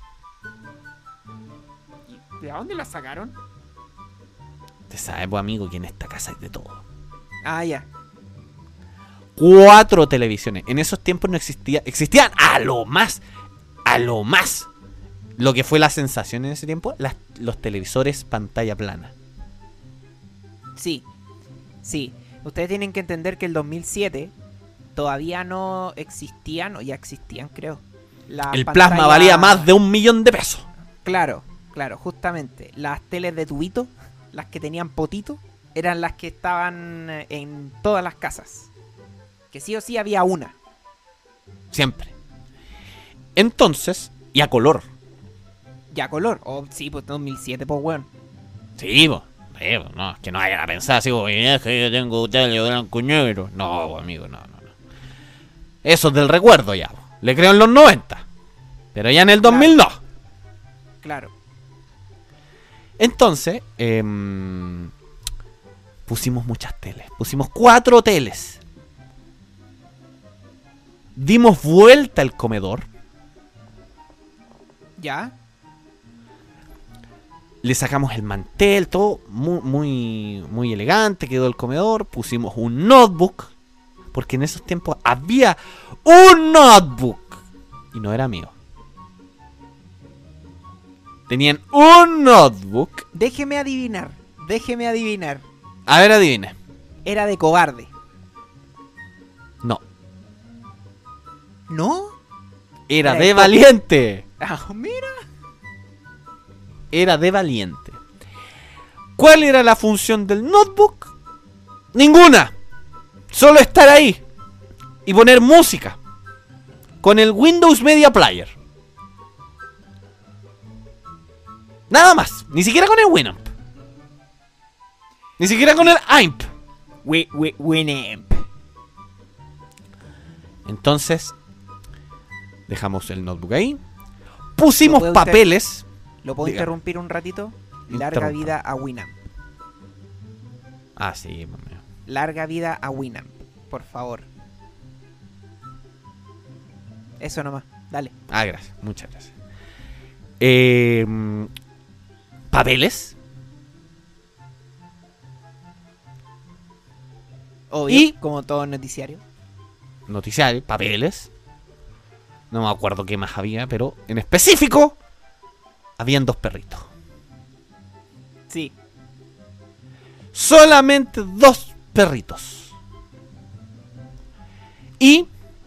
¿De dónde la sacaron? Usted sabe, pues, amigo, que en esta casa hay de todo. Ah, ya. Cuatro televisiones. En esos tiempos no existía. Existían a lo más. A lo más. Lo que fue la sensación en ese tiempo. Las, los televisores pantalla plana. Sí. Sí. Ustedes tienen que entender que el dos mil siete todavía no existían, o ya existían, creo. La El pantalla- plasma valía más de un millón de pesos. Claro, claro, justamente. Las teles de tubito, las que tenían potito, eran las que estaban en todas las casas. Que sí o sí había una. Siempre. Entonces, y a color. Ya color. Oh, sí, pues dos mil siete, pues weón. Sí, po. Sí, po. No, es que no vayan a pensar así, po, "Eh, es que yo tengo tele blanco y negro". No, po, amigo, no, no, no. Eso es del recuerdo ya, po. Le creo en los noventa. Pero ya en el dos mil no. Claro. Entonces, em, pusimos muchas teles. Pusimos cuatro teles. Dimos vuelta al comedor. Ya. Le sacamos el mantel, todo muy, muy, muy elegante. Quedó el comedor. Pusimos un notebook. Porque en esos tiempos había un notebook. Y no era mío. Tenían un notebook. Déjeme adivinar. Déjeme adivinar. A ver, adivine. Era de cobarde. No. ¿No? Era Era de de valiente. Ah, mira. Era de valiente. ¿Cuál era la función del notebook? Ninguna. Solo estar ahí y poner música con el Windows Media Player. Nada más. Ni siquiera con el Winamp. Ni siquiera con el A M P. Wi- wi- Winamp. Entonces, dejamos el notebook ahí. Pusimos ¿Lo puede usted- papeles. ¿Lo puedo Diga. interrumpir un ratito? Larga Interrumpa. vida a Winamp. Ah, sí, mami. Larga vida a Winamp. Por favor. Eso nomás. Dale. Ah, gracias. Muchas gracias. Eh, papeles. Obvio. Y- Como todo noticiario. Noticiarios, papeles. No me acuerdo qué más había, pero en específico habían dos perritos. Sí. Solamente dos perritos. Y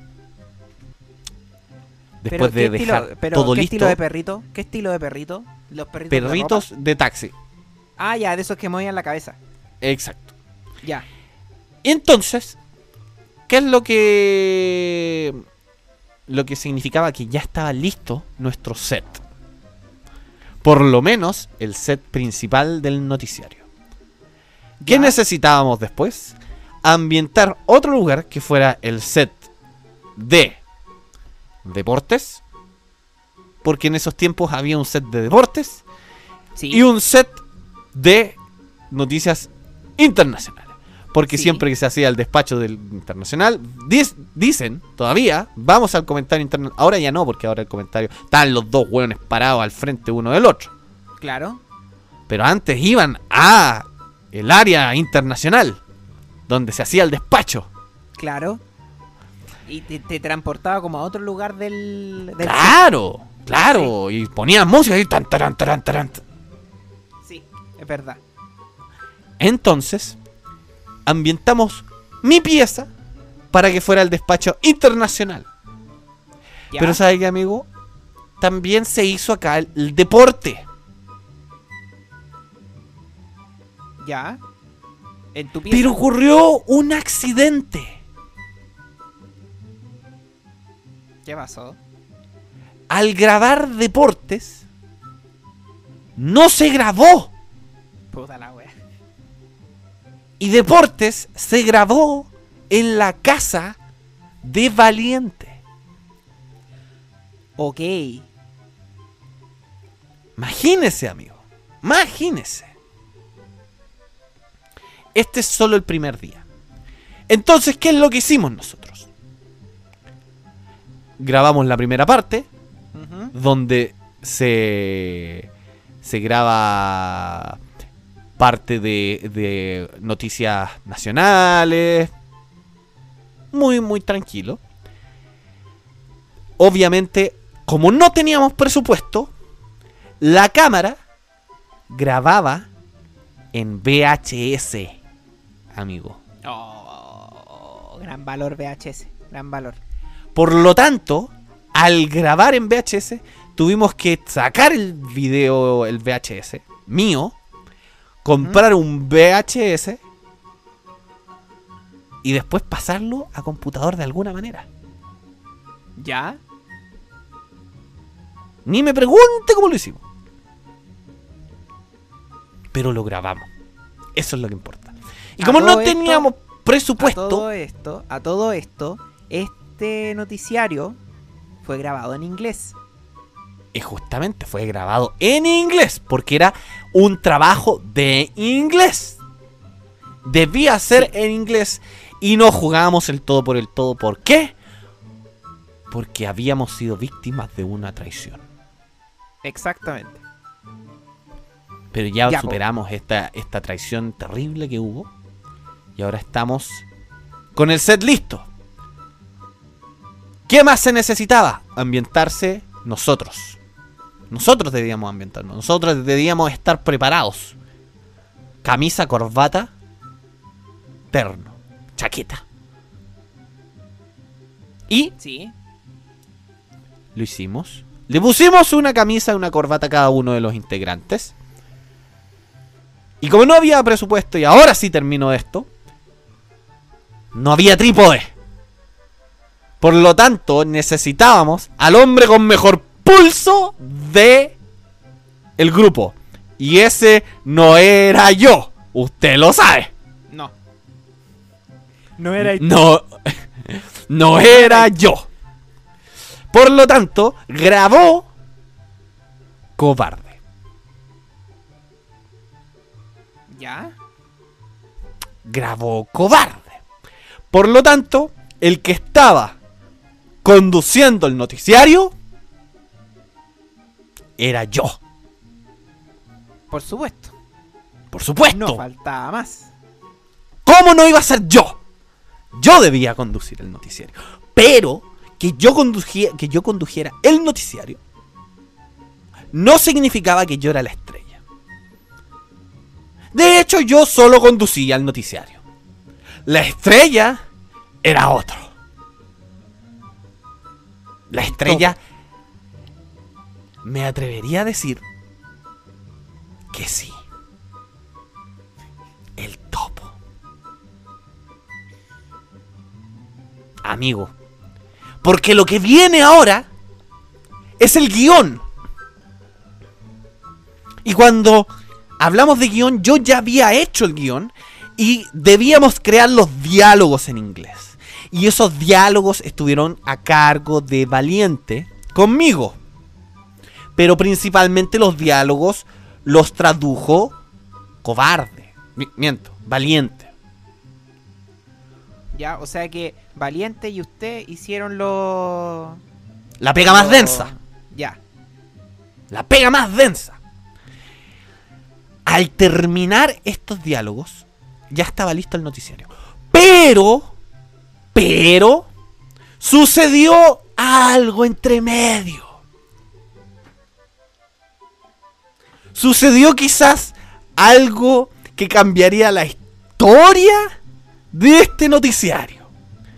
después Pero, de ¿qué dejar estilo, pero, todo ¿qué listo, estilo de perrito? ¿Qué estilo de perrito? Los perritos. de perritos ropa? de, taxi. Ah, ya, de esos que movían la cabeza. Exacto. Ya. Entonces, ¿qué es lo que lo que significaba que ya estaba listo nuestro set? Por lo menos el set principal del noticiario. ¿Qué Ya. necesitábamos después? Ambientar otro lugar que fuera el set de deportes. Porque en esos tiempos había un set de deportes Sí. y un set de noticias internacionales. Porque Sí. siempre que se hacía el despacho del internacional, dis- dicen todavía, vamos al comentario interno. Ahora ya no, porque ahora el comentario, están los dos hueones parados al frente uno del otro. Claro. Pero antes iban a el área internacional, donde se hacía el despacho. Claro. Y te, te transportaba como a otro lugar del. del Claro, claro. Y ponían música y tan, taran, taran, taran. Sí, es verdad. Entonces, ambientamos mi pieza para que fuera el despacho internacional. Ya. Pero ¿sabe qué, amigo? También se hizo acá el, el deporte. Ya. En tu pieza. Pero ocurrió un accidente. ¿Qué pasó? al grabar deportes, no se grabó. Puta la wea. Y deportes se grabó en la casa de Valiente. Ok. Imagínese, amigo. Imagínese. Este es solo el primer día. Entonces, ¿qué es lo que hicimos nosotros? Grabamos la primera parte, Ujú. donde se, se graba parte de, de noticias nacionales. Muy, muy tranquilo. Obviamente, como no teníamos presupuesto, la cámara grababa en V H S, amigo. Oh, gran valor V H S, gran valor. Por lo tanto, al grabar en V H S, tuvimos que sacar el video, el V H S mío, comprar un V H S y después pasarlo a computador de alguna manera. ¿Ya? Ni me pregunte cómo lo hicimos. Pero lo grabamos. Eso es lo que importa. Y A como no todo esto- teníamos A presupuesto, todo esto, a todo esto, este noticiario fue grabado en inglés. y justamente fue grabado en inglés, porque era un trabajo de inglés. Debía ser en inglés y no jugábamos el todo por el todo. ¿Por qué? Porque habíamos sido víctimas de una traición. Exactamente. Pero ya, Ya, po. superamos esta, esta traición terrible que hubo. Y ahora estamos con el set listo. ¿Qué más se necesitaba? Ambientarse nosotros. Nosotros debíamos ambientarnos. Nosotros debíamos estar preparados. Camisa, corbata, terno, chaqueta. Y Sí. lo hicimos. Le pusimos una camisa y una corbata a cada uno de los integrantes. Y como no había presupuesto, y ahora sí termino esto, no había trípode. Por lo tanto, necesitábamos al hombre con mejor pulso de el grupo. Y ese no era yo. Usted lo sabe. No. No era No, no era yo. Por lo tanto, grabó Cobarde. ¿Ya? Grabó Cobarde. Por lo tanto, el que estaba conduciendo el noticiario era yo. Por supuesto. Por supuesto. No faltaba más. ¿Cómo no iba a ser yo? Yo debía conducir el noticiario. Pero que yo condujía, que yo condujera el noticiario no significaba que yo era la estrella. De hecho, yo solo conducía el noticiario. La estrella era otro. La estrella, me atrevería a decir que sí. El topo. Amigo. Porque lo que viene ahora es el guión. Y cuando hablamos de guión, yo ya había hecho el guión y debíamos crear los diálogos en inglés. Y esos diálogos estuvieron a cargo de Valiente conmigo. Pero principalmente los diálogos los tradujo Cobarde. Mi- Miento, Valiente. Ya, o sea que Valiente y usted hicieron lo... La pega más lo- densa. Ya. La pega más densa. Al terminar estos diálogos, ya estaba listo el noticiario. Pero, pero, sucedió algo entre medio. Sucedió quizás algo que cambiaría la historia de este noticiario.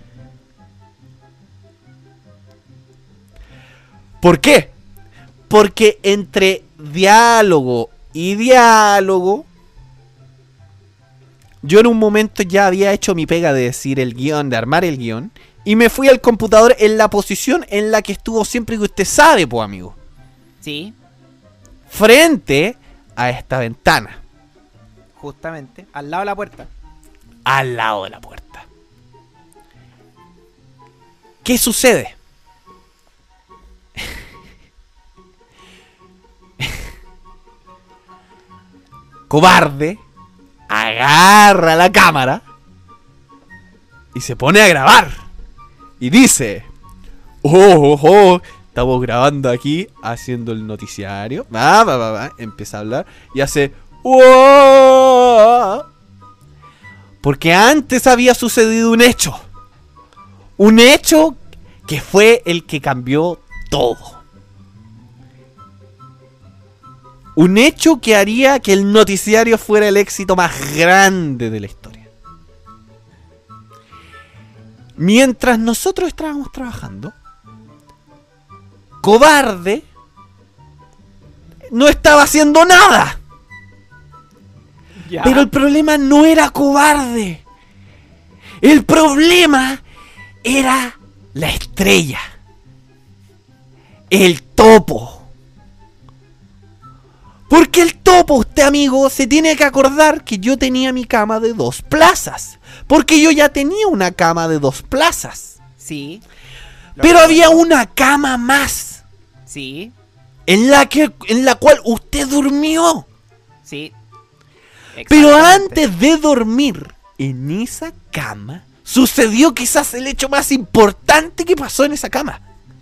¿Por qué? Porque entre diálogo y diálogo, yo en un momento ya había hecho mi pega de decir el guión, de armar el guión, y me fui al computador en la posición en la que estuvo siempre, que usted sabe, pues amigo. Sí, Frente a esta ventana, justamente, al lado de la puerta. al lado de la puerta. ¿Qué sucede? Cobarde agarra la cámara y se pone a grabar. Y dice: Oh, oh, oh, estamos grabando aquí, haciendo el noticiario. Va, va, va, va. Empieza a hablar y hace: ¡Wow! Porque antes había sucedido un hecho. Un hecho que fue el que cambió todo. Un hecho que haría que el noticiario fuera el éxito más grande de la historia. Mientras nosotros estábamos trabajando, Cobarde no estaba haciendo nada. Ya. Pero el problema no era Cobarde. El problema era la estrella. El Topo. Porque el Topo, usted amigo, se tiene que acordar que yo tenía mi cama de dos plazas. Porque yo ya tenía una cama de dos plazas. Sí. Lo Pero recuerdo. había una cama más. Sí, En la, que, en la cual usted durmió. sí. Pero Exactamente. antes de dormir en esa cama, sucedió quizás el hecho más importante que pasó en esa cama.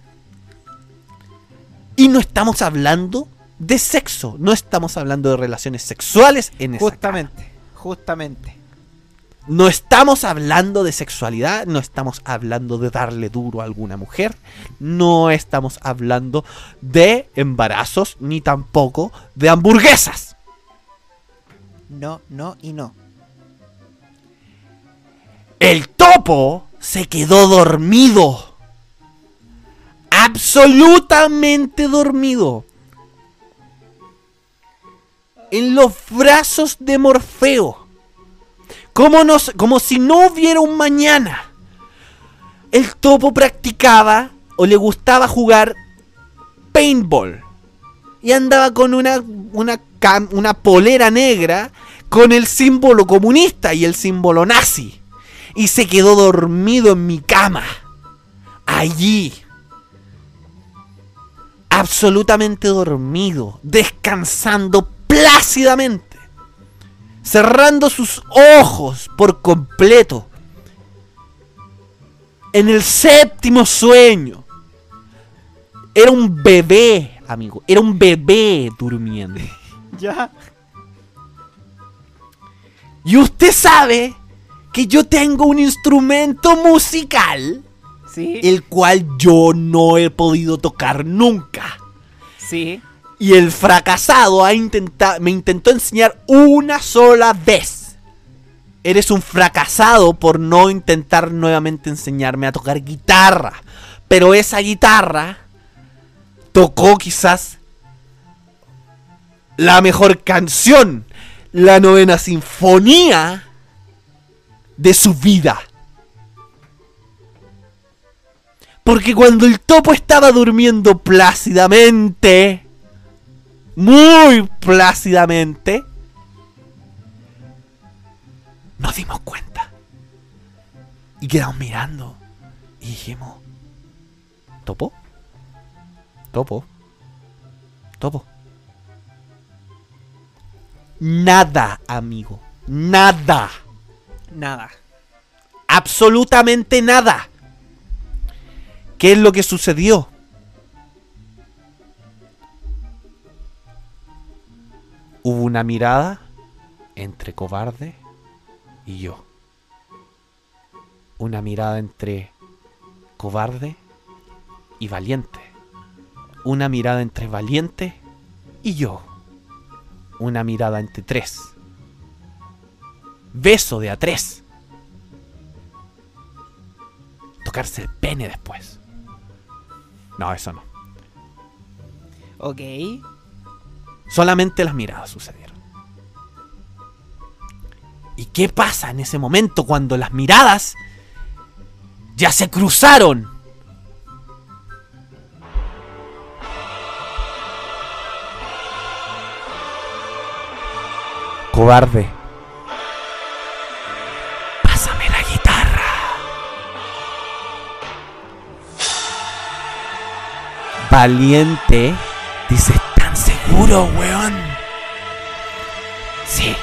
Y no estamos hablando de sexo, no estamos hablando de relaciones sexuales en esa Justamente, cama. justamente. No estamos hablando de sexualidad, no estamos hablando de darle duro a alguna mujer, no estamos hablando de embarazos, ni tampoco de hamburguesas. No, no y no. El Topo se quedó dormido. Absolutamente dormido. En los brazos de Morfeo. Como, no, como si no hubiera un mañana. El Topo practicaba o le gustaba jugar paintball. Y andaba con una, una, cam, una polera negra con el símbolo comunista y el símbolo nazi. Y se quedó dormido en mi cama. Allí. Absolutamente dormido. Descansando plácidamente. Cerrando sus ojos por completo. En el séptimo sueño. Era un bebé, amigo. Era un bebé durmiendo. Ya. Y usted sabe que yo tengo un instrumento musical, Sí. el cual yo no he podido tocar nunca. Sí. Y el fracasado ha intentado, me intentó enseñar una sola vez. Eres un fracasado por no intentar nuevamente enseñarme a tocar guitarra. Pero esa guitarra tocó quizás la mejor canción, la novena sinfonía de su vida. Porque cuando el Topo estaba durmiendo plácidamente, muy plácidamente, nos dimos cuenta. Y quedamos mirando. Y dijimos: ¿Topo? ¿Topo? ¿Topo? Nada, amigo. Nada. Nada. Absolutamente nada. ¿Qué es lo que sucedió? Hubo una mirada entre Cobarde y yo. Una mirada entre Cobarde y Valiente. Una mirada entre Valiente y yo. Una mirada entre tres. Beso de a tres. Tocarse el pene después. No, eso no. Ok. Solamente las miradas sucedieron. ¿Y qué pasa en ese momento cuando las miradas ¡Ya se cruzaron! Cobarde. Pásame la guitarra. Valiente. Dice, ¿están seguros, weón? Sí.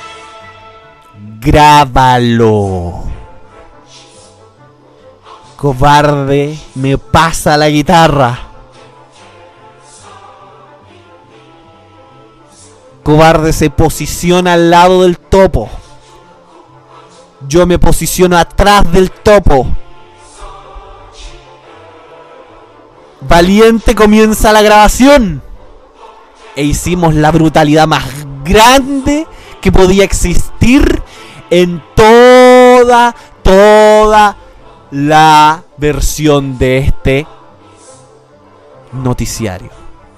Grábalo. Cobarde, me pasa la guitarra. Cobarde se posiciona al lado del topo. Yo me posiciono atrás del topo. Valiente comienza la grabación. E hicimos la brutalidad más grande que podía existir en toda, toda la versión de este noticiario.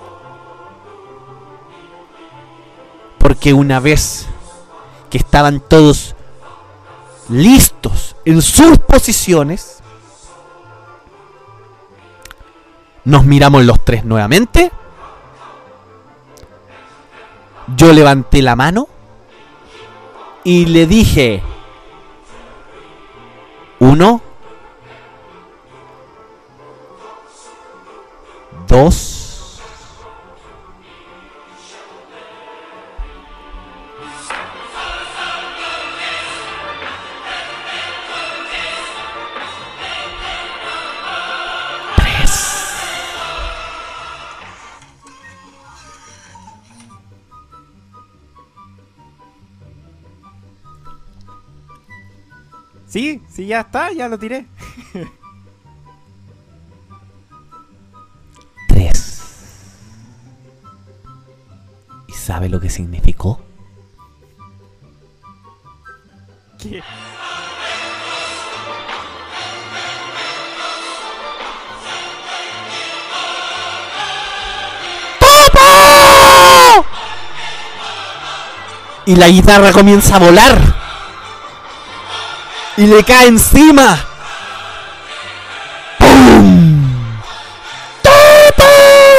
Porque una vez que estaban todos listos en sus posiciones, nos miramos los tres nuevamente. Yo levanté la mano y le dije: uno, dos, tres. Sí, sí, ya está, ya lo tiré. Tres. ¿Y sabe lo que significó? ¿Qué? Y la guitarra comienza a volar. Y le cae encima. ¡Pum! ¡Topo!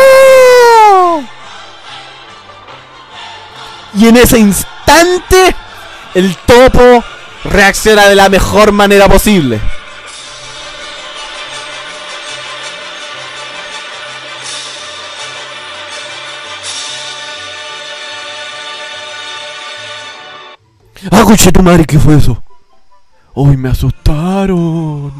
Y en ese instante, el topo reacciona de la mejor manera posible. ¡Ah, conche tu madre! ¿Qué fue eso? ¡Uy, me asustaron!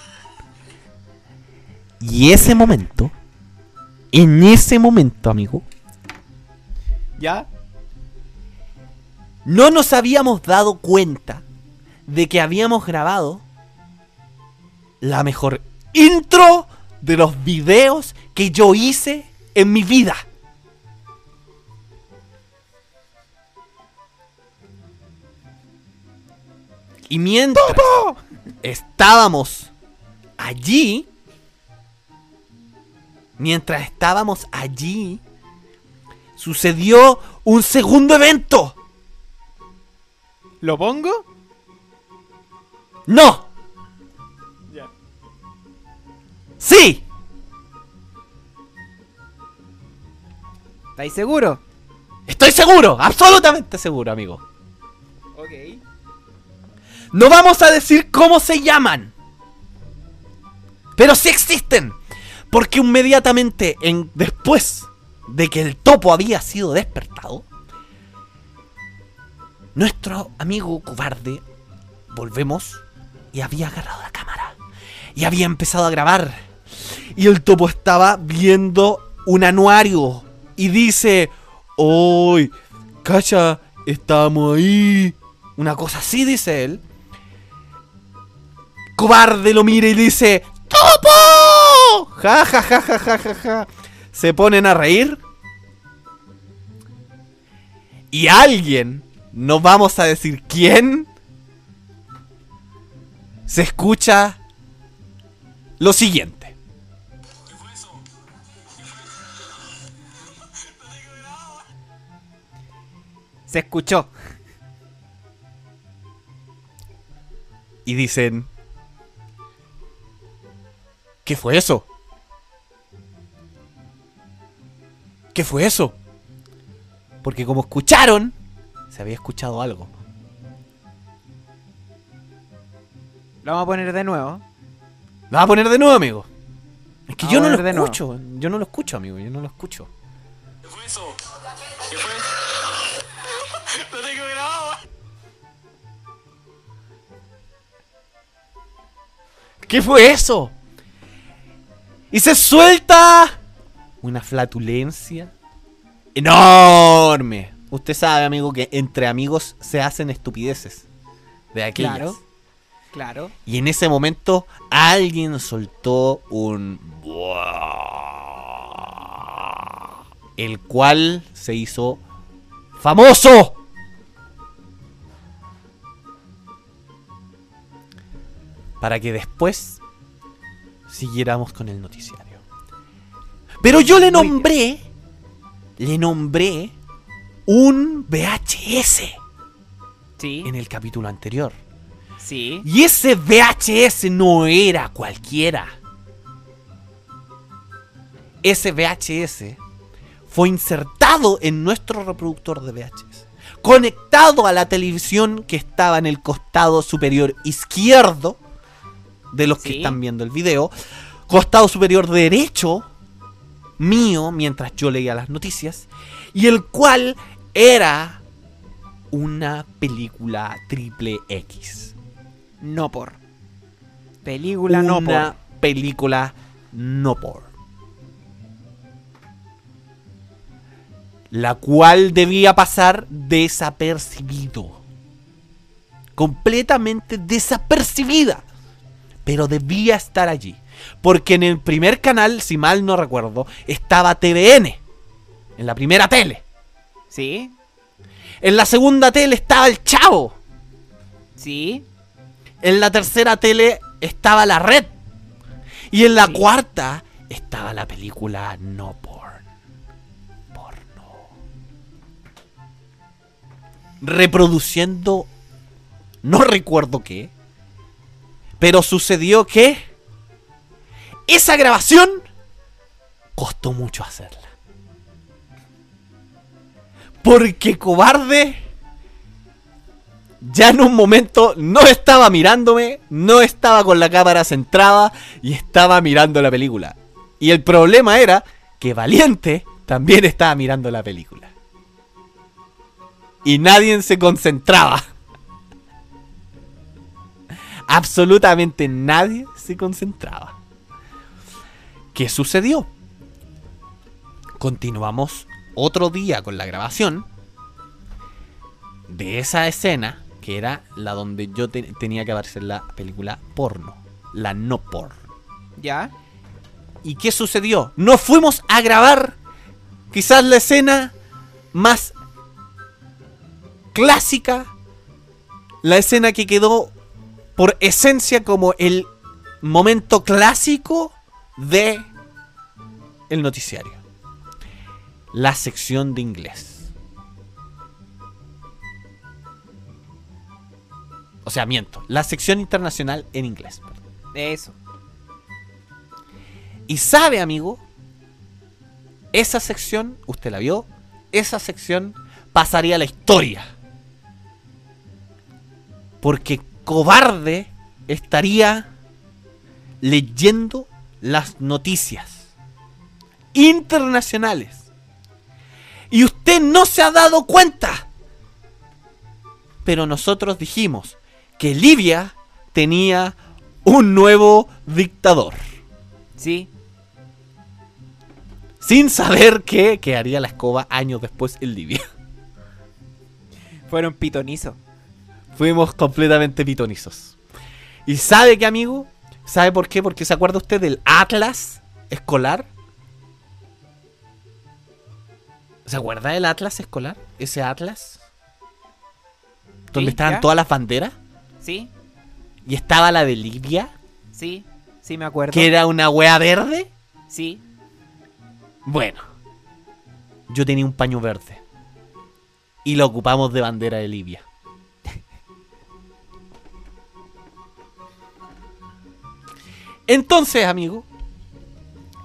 Y ese momento, en ese momento, amigo, ¿Ya? no nos habíamos dado cuenta de que habíamos grabado la mejor intro de los videos que yo hice en mi vida. Y mientras ¡Topo! estábamos allí, mientras estábamos allí, sucedió un segundo evento. ¿Lo pongo? ¡No! Ya. ¡Sí! ¿Estáis seguros? Estoy seguro, absolutamente seguro, amigo. Ok. No vamos a decir cómo se llaman, pero sí existen. Porque inmediatamente en, después de que el topo había sido despertado, nuestro amigo cobarde, volvemos, y había agarrado la cámara y había empezado a grabar. Y el topo estaba viendo un anuario y dice: ¡Uy! ¡Cacha! Estamos ahí. Una cosa así, dice él. Cobarde lo mira y dice: ¡Topo! Ja, ja, ja, ja, ja, ja, ja. Se ponen a reír. Y alguien, no vamos a decir quién, se escucha lo siguiente. Se escuchó. Y dicen: ¿Qué fue eso? ¿Qué fue eso? Porque como escucharon, se había escuchado algo. Lo vamos a poner de nuevo. ¿Lo vas a poner de nuevo, amigo? Es que Vamos yo a no lo poner de nuevo. escucho. Yo no lo escucho, amigo. Yo no lo escucho. ¿Qué fue eso? ¿Qué fue? Lo tengo grabado. ¿Qué fue eso? Y se suelta una flatulencia enorme. Usted sabe, amigo, que entre amigos se hacen estupideces de aquellas. Claro. Claro. Y en ese momento alguien soltó un buah, el cual se hizo famoso. Para que después siguiéramos con el noticiario. Pero yo le nombré, le nombré un V H S Sí. en el capítulo anterior. Sí. Y ese V H S no era cualquiera. Ese V H S fue insertado en nuestro reproductor de V H S, conectado a la televisión que estaba en el costado superior izquierdo de los que Sí. están viendo el video, costado superior derecho mío mientras yo leía las noticias, y el cual era una película triple X. No por. Película no Una por. película no por. La cual debía pasar desapercibido. Completamente desapercibida. Pero debía estar allí. Porque en el primer canal, si mal no recuerdo, estaba T V N. En la primera tele. Sí. En la segunda tele estaba El Chavo. Sí. En la tercera tele estaba La Red. Y en la Sí. cuarta estaba la película No Porn. Porno. Reproduciendo, no recuerdo qué, pero sucedió que esa grabación costó mucho hacerla. Porque Cobarde ya en un momento no estaba mirándome, no estaba con la cámara centrada y estaba mirando la película. Y el problema era que Valiente también estaba mirando la película. Y nadie se concentraba. Absolutamente nadie se concentraba. ¿Qué sucedió? Continuamos otro día con la grabación de esa escena, que era la donde yo te- tenía que aparecer la película porno, la no porn. Ya. ¿Y qué sucedió? Nos fuimos a grabar quizás la escena más clásica, la escena que quedó por esencia como el momento clásico de el noticiario. La sección de inglés. O sea, miento. La sección internacional en inglés. Perdón. Eso. Y sabe, amigo, esa sección, usted la vio, esa sección pasaría a la historia. Porque Cobarde estaría leyendo las noticias internacionales. Y usted no se ha dado cuenta. Pero nosotros dijimos que Libia tenía un nuevo dictador. Sí. Sin saber que quedaría la escoba años después en Libia. Fueron pitonizos. Fuimos completamente pitonizos. ¿Y sabe qué, amigo? ¿Sabe por qué? Porque ¿se acuerda usted del Atlas escolar? ¿Se acuerda del Atlas escolar? Ese Atlas. Donde Sí, estaban ya. todas las banderas. Sí. Y estaba la de Libia. Sí. Sí, me acuerdo. Que era una wea verde. Sí. Bueno. Yo tenía un paño verde. Y lo ocupamos de bandera de Libia. Entonces, amigo,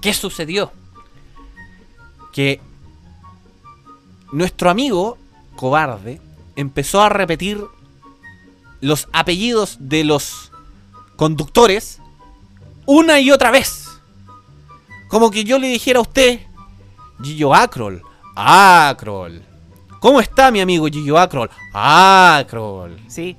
¿Qué sucedió? Que nuestro amigo cobarde empezó a repetir los apellidos de los conductores una y otra vez. Como que yo le dijera a usted, Gillo Acrol, Acrol. ¿Cómo está mi amigo Gillo Acrol? Acrol. Sí.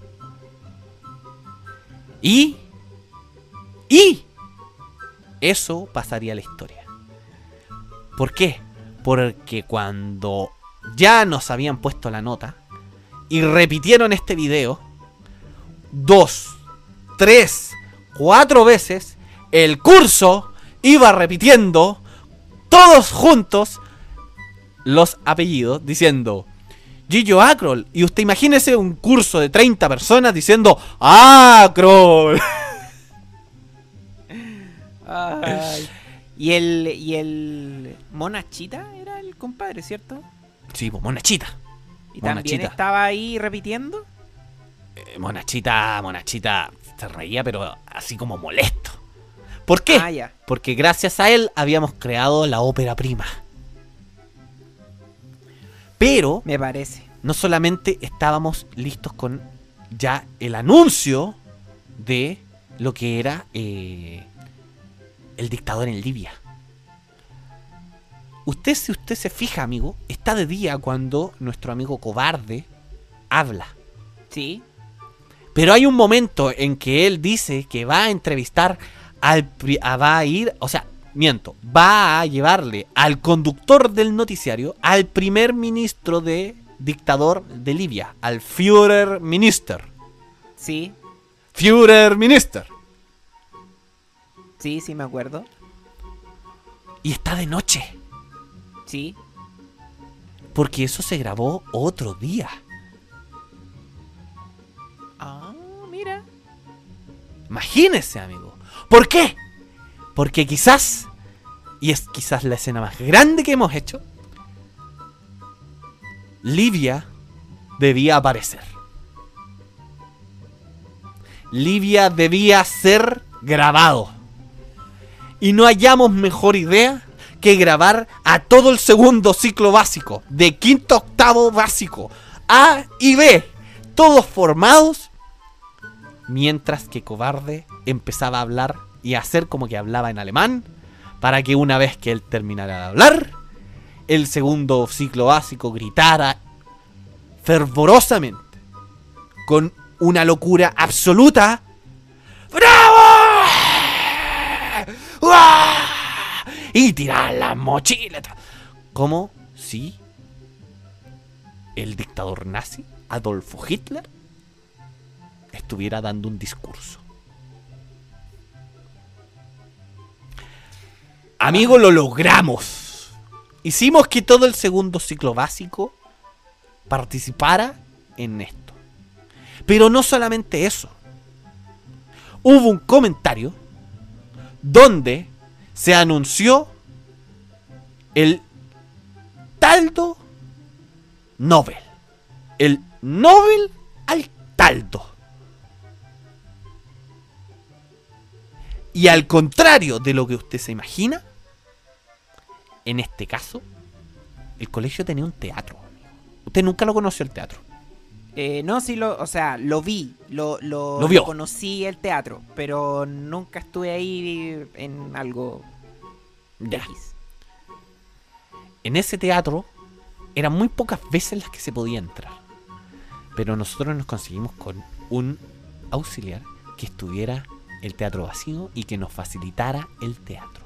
Y... Y... Eso pasaría a la historia. ¿Por qué? Porque cuando ya nos habían puesto la nota y repitieron este video dos, tres, cuatro veces, el curso iba repitiendo todos juntos los apellidos diciendo Gillo Acrol. Y usted imagínese un curso de treinta personas diciendo Acrol. Ay. Y el, y el Monachita era el compadre, ¿cierto? Sí, pues Monachita. Y también Monachita. estaba ahí repitiendo. Eh, Monachita, Monachita se reía, pero así como molesto. ¿Por qué? Ah, ya. Porque gracias a él habíamos creado la ópera prima. Pero Me parece. no solamente estábamos listos con ya el anuncio de lo que era eh, el dictador en Libia. Usted, si usted se fija, amigo, está de día cuando nuestro amigo cobarde habla. Sí. Pero hay un momento en que él dice que va a entrevistar al... pri- a- va a ir... O sea, miento. Va a llevarle al conductor del noticiario al primer ministro de dictador de Libia. Al Führer Minister. Sí. Führer Minister. Sí, sí me acuerdo. Y está de noche. Sí. Porque eso se grabó otro día. Ah, mira. Imagínese, amigo. ¿Por qué? Porque quizás, y es quizás la escena más grande que hemos hecho, Libia debía aparecer. Libia debía ser grabado. Y no hallamos mejor idea que grabar a todo el segundo ciclo básico, de quinto a octavo básico, A y B, todos formados, mientras que Cobarde empezaba a hablar y a hacer como que hablaba en alemán, para que una vez que él terminara de hablar, el segundo ciclo básico gritara fervorosamente, con una locura absoluta: ¡Bravo! ¡Uah! Y tirar las mochilas, como si el dictador nazi Adolfo Hitler estuviera dando un discurso. Amigo, lo logramos. Hicimos que todo el segundo ciclo básico participara en esto. Pero no solamente eso. Hubo un comentario donde se anunció el Taldo Nobel. El Nobel al Taldo. Y al contrario de lo que usted se imagina, en este caso, el colegio tenía un teatro. Usted nunca lo conoció el teatro. Eh, no, sí, lo, o sea, lo vi, lo, lo, Lo vio. conocí el teatro, pero nunca estuve ahí en algo Ya. X. En ese teatro eran muy pocas veces las que se podía entrar. Pero nosotros nos conseguimos con un auxiliar que estuviera el teatro vacío y que nos facilitara el teatro.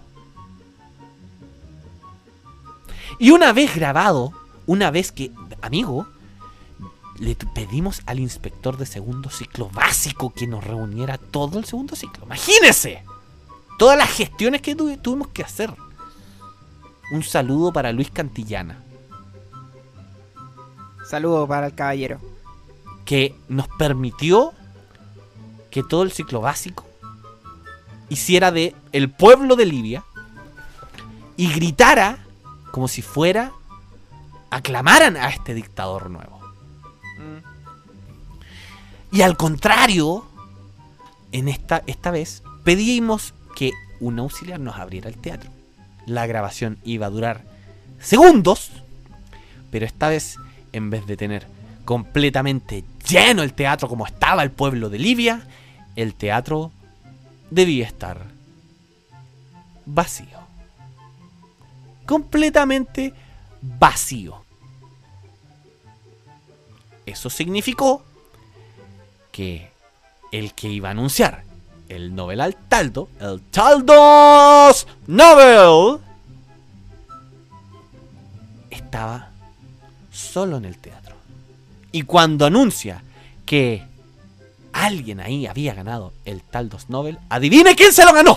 Y una vez grabado, una vez que, amigo, le t- pedimos al inspector de segundo ciclo básico que nos reuniera todo el segundo ciclo. Imagínese todas las gestiones que tu- tuvimos que hacer. Un saludo para Luis Cantillana, Saludos para el caballero. que nos permitió que todo el ciclo básico hiciera de el pueblo de Libia y gritara como si fuera, aclamaran a este dictador nuevo. Mm. Y al contrario, en esta, esta vez pedimos que un auxiliar nos abriera el teatro. La grabación iba a durar segundos, pero esta vez, en vez de tener completamente lleno el teatro como estaba el pueblo de Libia, el teatro debía estar vacío. Completamente vacío. Eso significó que el que iba a anunciar el Nobel al Taldo, el Taldos Nobel, estaba solo en el teatro. Y cuando anuncia que alguien ahí había ganado el Taldos Nobel, ¿adivine quién se lo ganó?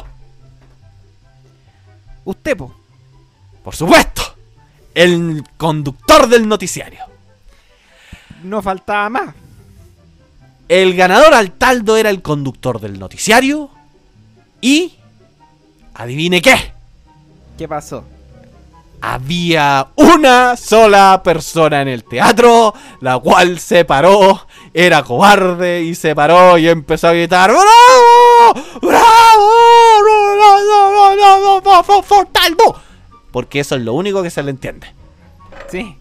Usted, po. Por supuesto, el conductor del noticiario. No faltaba más. El ganador al Taldo era el conductor del noticiario. Y ¿adivine qué? ¿Qué pasó? Había una sola persona en el teatro, la cual se paró, era cobarde y se paró y empezó a gritar ¡Bravo! ¡Bravo! ¡Taldo! Porque eso es lo único que se le entiende. Sí.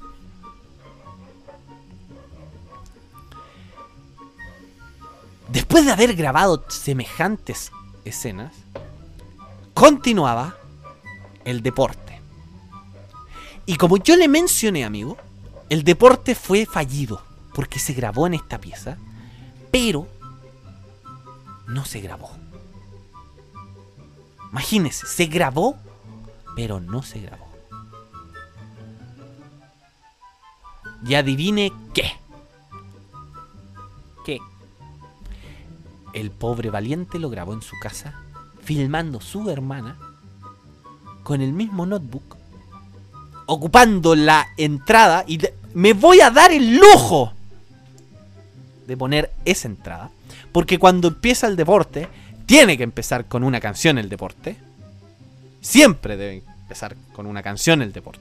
Después de haber grabado semejantes escenas, continuaba el deporte. Y como yo le mencioné, amigo, el deporte fue fallido porque se grabó en esta pieza, pero no se grabó. Imagínense, se grabó, pero no se grabó. Y adivine qué. ¿Qué? El pobre valiente lo grabó en su casa, filmando su hermana con el mismo notebook, ocupando la entrada, y de- me voy a dar el lujo de poner esa entrada, porque cuando empieza el deporte, tiene que empezar con una canción el deporte. Siempre debe empezar con una canción el deporte.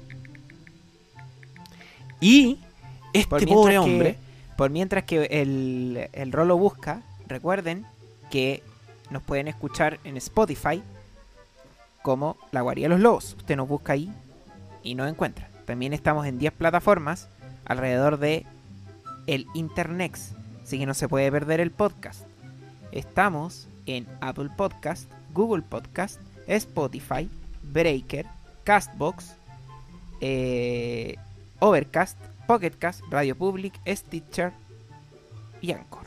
Y este Por pobre mientras que- hombre... Por mientras que el, el Rolo busca, recuerden que nos pueden escuchar en Spotify como La Guarida de los Lobos. Usted nos busca ahí y nos encuentra. También estamos en diez plataformas alrededor de el internet, así que no se puede perder el podcast. Estamos en Apple Podcast, Google Podcast, Spotify, Breaker, Castbox, eh, Overcast, Pocketcast, Radio Public, Stitcher y Anchor.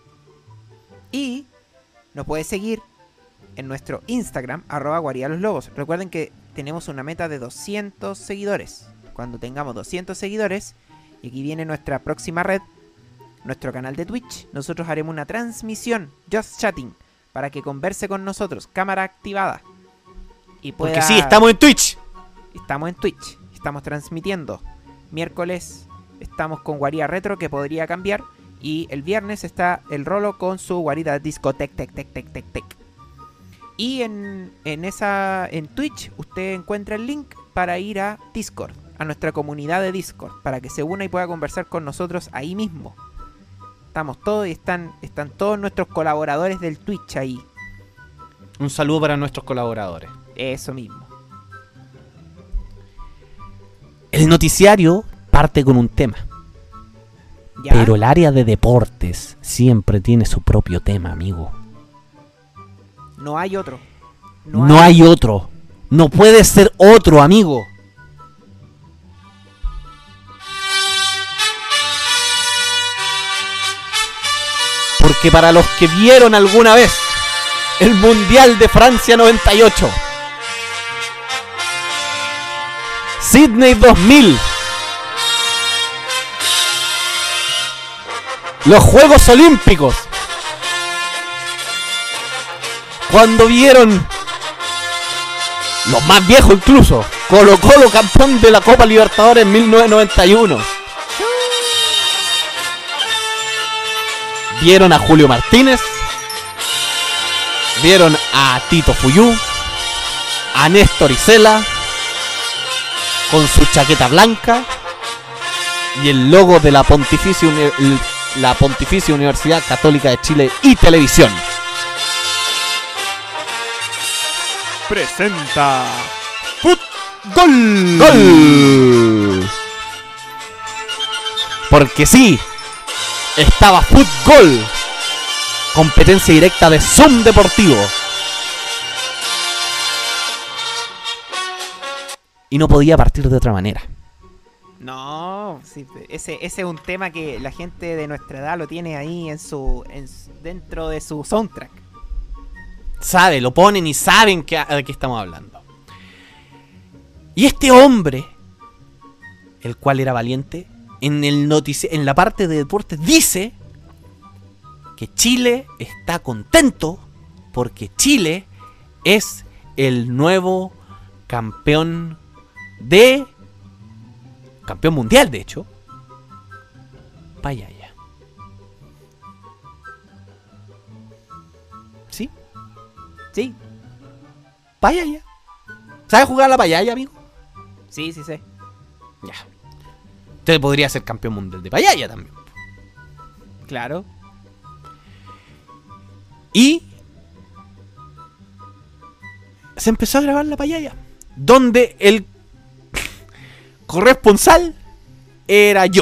Y nos puede seguir en nuestro Instagram, arroba Guarida Los Lobos. Recuerden que tenemos una meta de doscientos seguidores. Cuando tengamos doscientos seguidores, y aquí viene nuestra próxima red, nuestro canal de Twitch, nosotros haremos una transmisión, Just Chatting, para que converse con nosotros, cámara activada. Y pueda... Porque sí, estamos en Twitch. Estamos en Twitch, estamos transmitiendo. Miércoles estamos con Guarida Retro, que podría cambiar. Y el viernes está el Rolo con su Guarida Disco Tec Tec Tec Tec Tec Tec. Y en, en esa en Twitch usted encuentra el link para ir a Discord, a nuestra comunidad de Discord, para que se una y pueda conversar con nosotros ahí mismo. Estamos todos y están, están todos nuestros colaboradores del Twitch ahí. Un saludo para nuestros colaboradores. Eso mismo. El noticiario parte con un tema, ¿Ya? pero el área de deportes siempre tiene su propio tema, amigo. No hay otro. No, hay... hay otro. No puede ser otro, amigo. Porque para los que vieron alguna vez el Mundial de Francia noventa y ocho, Sydney dos mil, los Juegos Olímpicos, cuando vieron, los más viejos incluso, Colo Colo campeón de la Copa Libertadores en mil novecientos noventa y uno, vieron a Julio Martínez, vieron a Tito Fuyú, a Néstor Isela con su chaqueta blanca y el logo de la Pontificia, Uni- la Pontificia Universidad Católica de Chile y Televisión. presenta Fútbol. ¡Gol! Porque sí, estaba Fútbol, competencia directa de Zoom Deportivo. Y no podía partir de otra manera. No, sí, ese, ese es un tema que la gente de nuestra edad lo tiene ahí en su, en, su- dentro de su soundtrack. Sabe, lo ponen y saben que, de qué estamos hablando. Y este hombre, el cual era valiente, en el notici- en la parte de deportes dice que Chile está contento porque Chile es el nuevo campeón de campeón mundial, de hecho. Payaya. ¿Sí? Sí, Payaya. ¿Sabes jugar la payaya, amigo? sí, sí sé. Ya. Usted podría ser campeón mundial de payaya también. Claro. Y se empezó a grabar la payaya, donde el corresponsal era yo.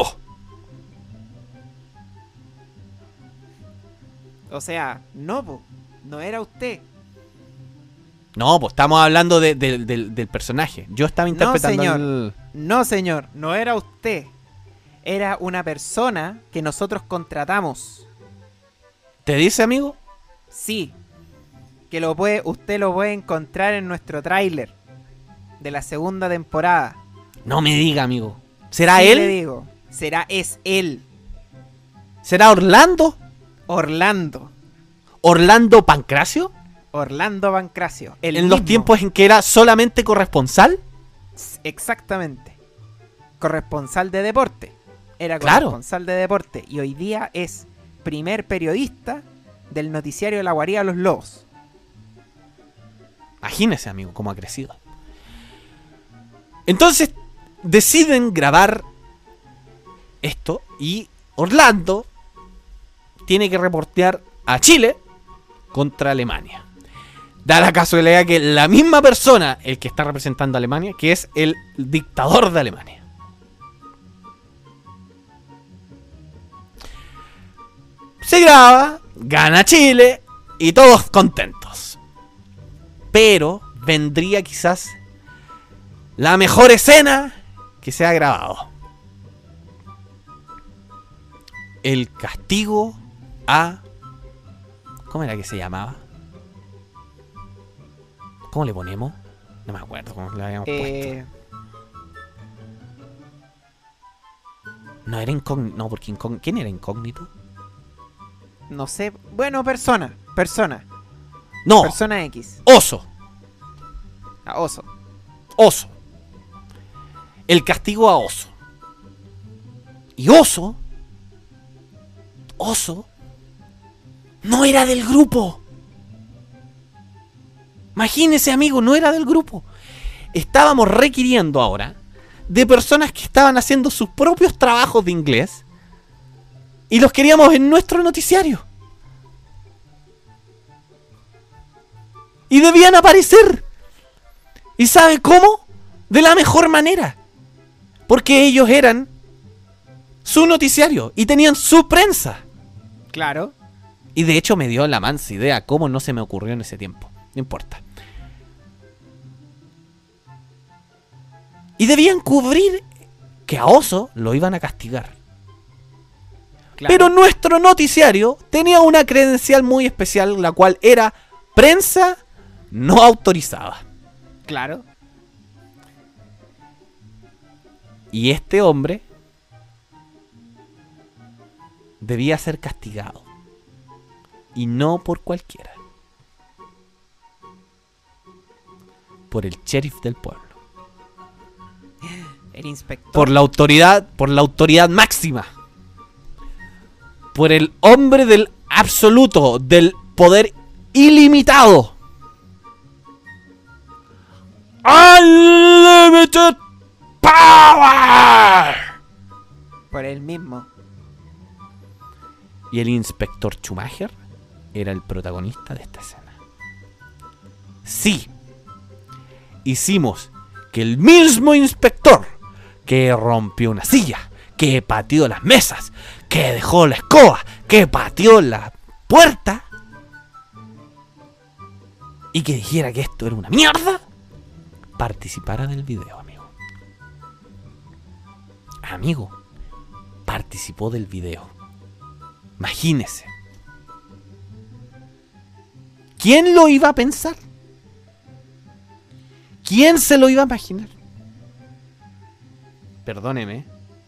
O sea, no, po, no era usted. No, pues estamos hablando de- de- del- del personaje. Yo estaba interpretando señor. el- No, señor, no era usted. Era una persona que nosotros contratamos. ¿Te dice, amigo? Sí. Que lo puede, usted lo puede encontrar en nuestro tráiler de la segunda temporada. No me diga, amigo. ¿Será Sí, él? le digo. Será, es él. ¿Será Orlando? Orlando. ¿Orlando Pancracio? Orlando Pancracio. El ¿En los mismo. tiempos en que era solamente corresponsal? Exactamente. Corresponsal de deporte. Era Claro. corresponsal de deporte. Y hoy día es primer periodista del noticiario de la Guarida de los Lobos. Imagínese, amigo, cómo ha crecido. Entonces, deciden grabar esto y Orlando tiene que reportear a Chile contra Alemania. Da la casualidad que la misma persona, el que está representando a Alemania, que es el dictador de Alemania. Se graba, gana Chile y todos contentos. Pero vendría quizás la mejor escena que se ha grabado. El castigo a... ¿Cómo era que se llamaba? ¿Cómo le ponemos? No me acuerdo cómo le habíamos Eh, puesto. No, era incógnito. No, porque incógnito... ¿Quién era incógnito? no sé. Bueno, persona. Persona. No, Persona X. oso. A oso. Oso. El castigo a Oso. Y Oso... Oso... No era del grupo. Imagínese, amigo, no era del grupo. Estábamos requiriendo ahora de personas que estaban haciendo sus propios trabajos de inglés y los queríamos en nuestro noticiario. Y debían aparecer. ¿Y sabe cómo? De la mejor manera. Porque ellos eran su noticiario y tenían su prensa. Claro. Y de hecho me dio la mansa idea cómo no se me ocurrió en ese tiempo. No importa. Y debían cubrir que a Oso lo iban a castigar. Claro. Pero nuestro noticiario tenía una credencial muy especial, la cual era prensa no autorizada. Claro. Y este hombre debía ser castigado. Y no por cualquiera. Por el sheriff del pueblo. El inspector. Por la autoridad, por la autoridad máxima. Por el hombre del absoluto, del poder ilimitado. Unlimited power. Por él mismo. Y el inspector Schumacher era el protagonista de esta escena. Sí, hicimos que el mismo inspector que rompió una silla, que pateó las mesas, que dejó la escoba, que pateó la puerta y que dijera que esto era una mierda, participara del video, amigo. Amigo, participó del video. Imagínese. ¿Quién lo iba a pensar? ¿Quién se lo iba a imaginar? Perdóneme.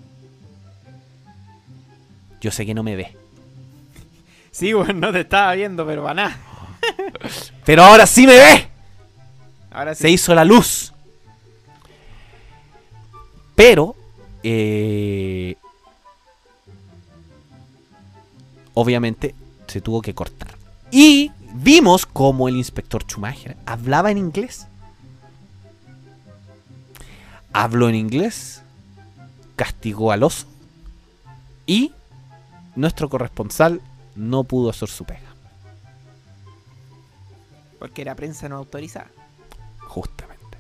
Yo sé que no me ve. Sí, bueno, no te estaba viendo, pero para nada. Pero ahora sí me ve. Ahora sí. Se hizo la luz. Pero, eh, obviamente, se tuvo que cortar. Y vimos cómo el inspector Schumacher hablaba en inglés. Habló en inglés, castigó al oso y nuestro corresponsal no pudo hacer su pega. Porque era prensa no autorizada. Justamente.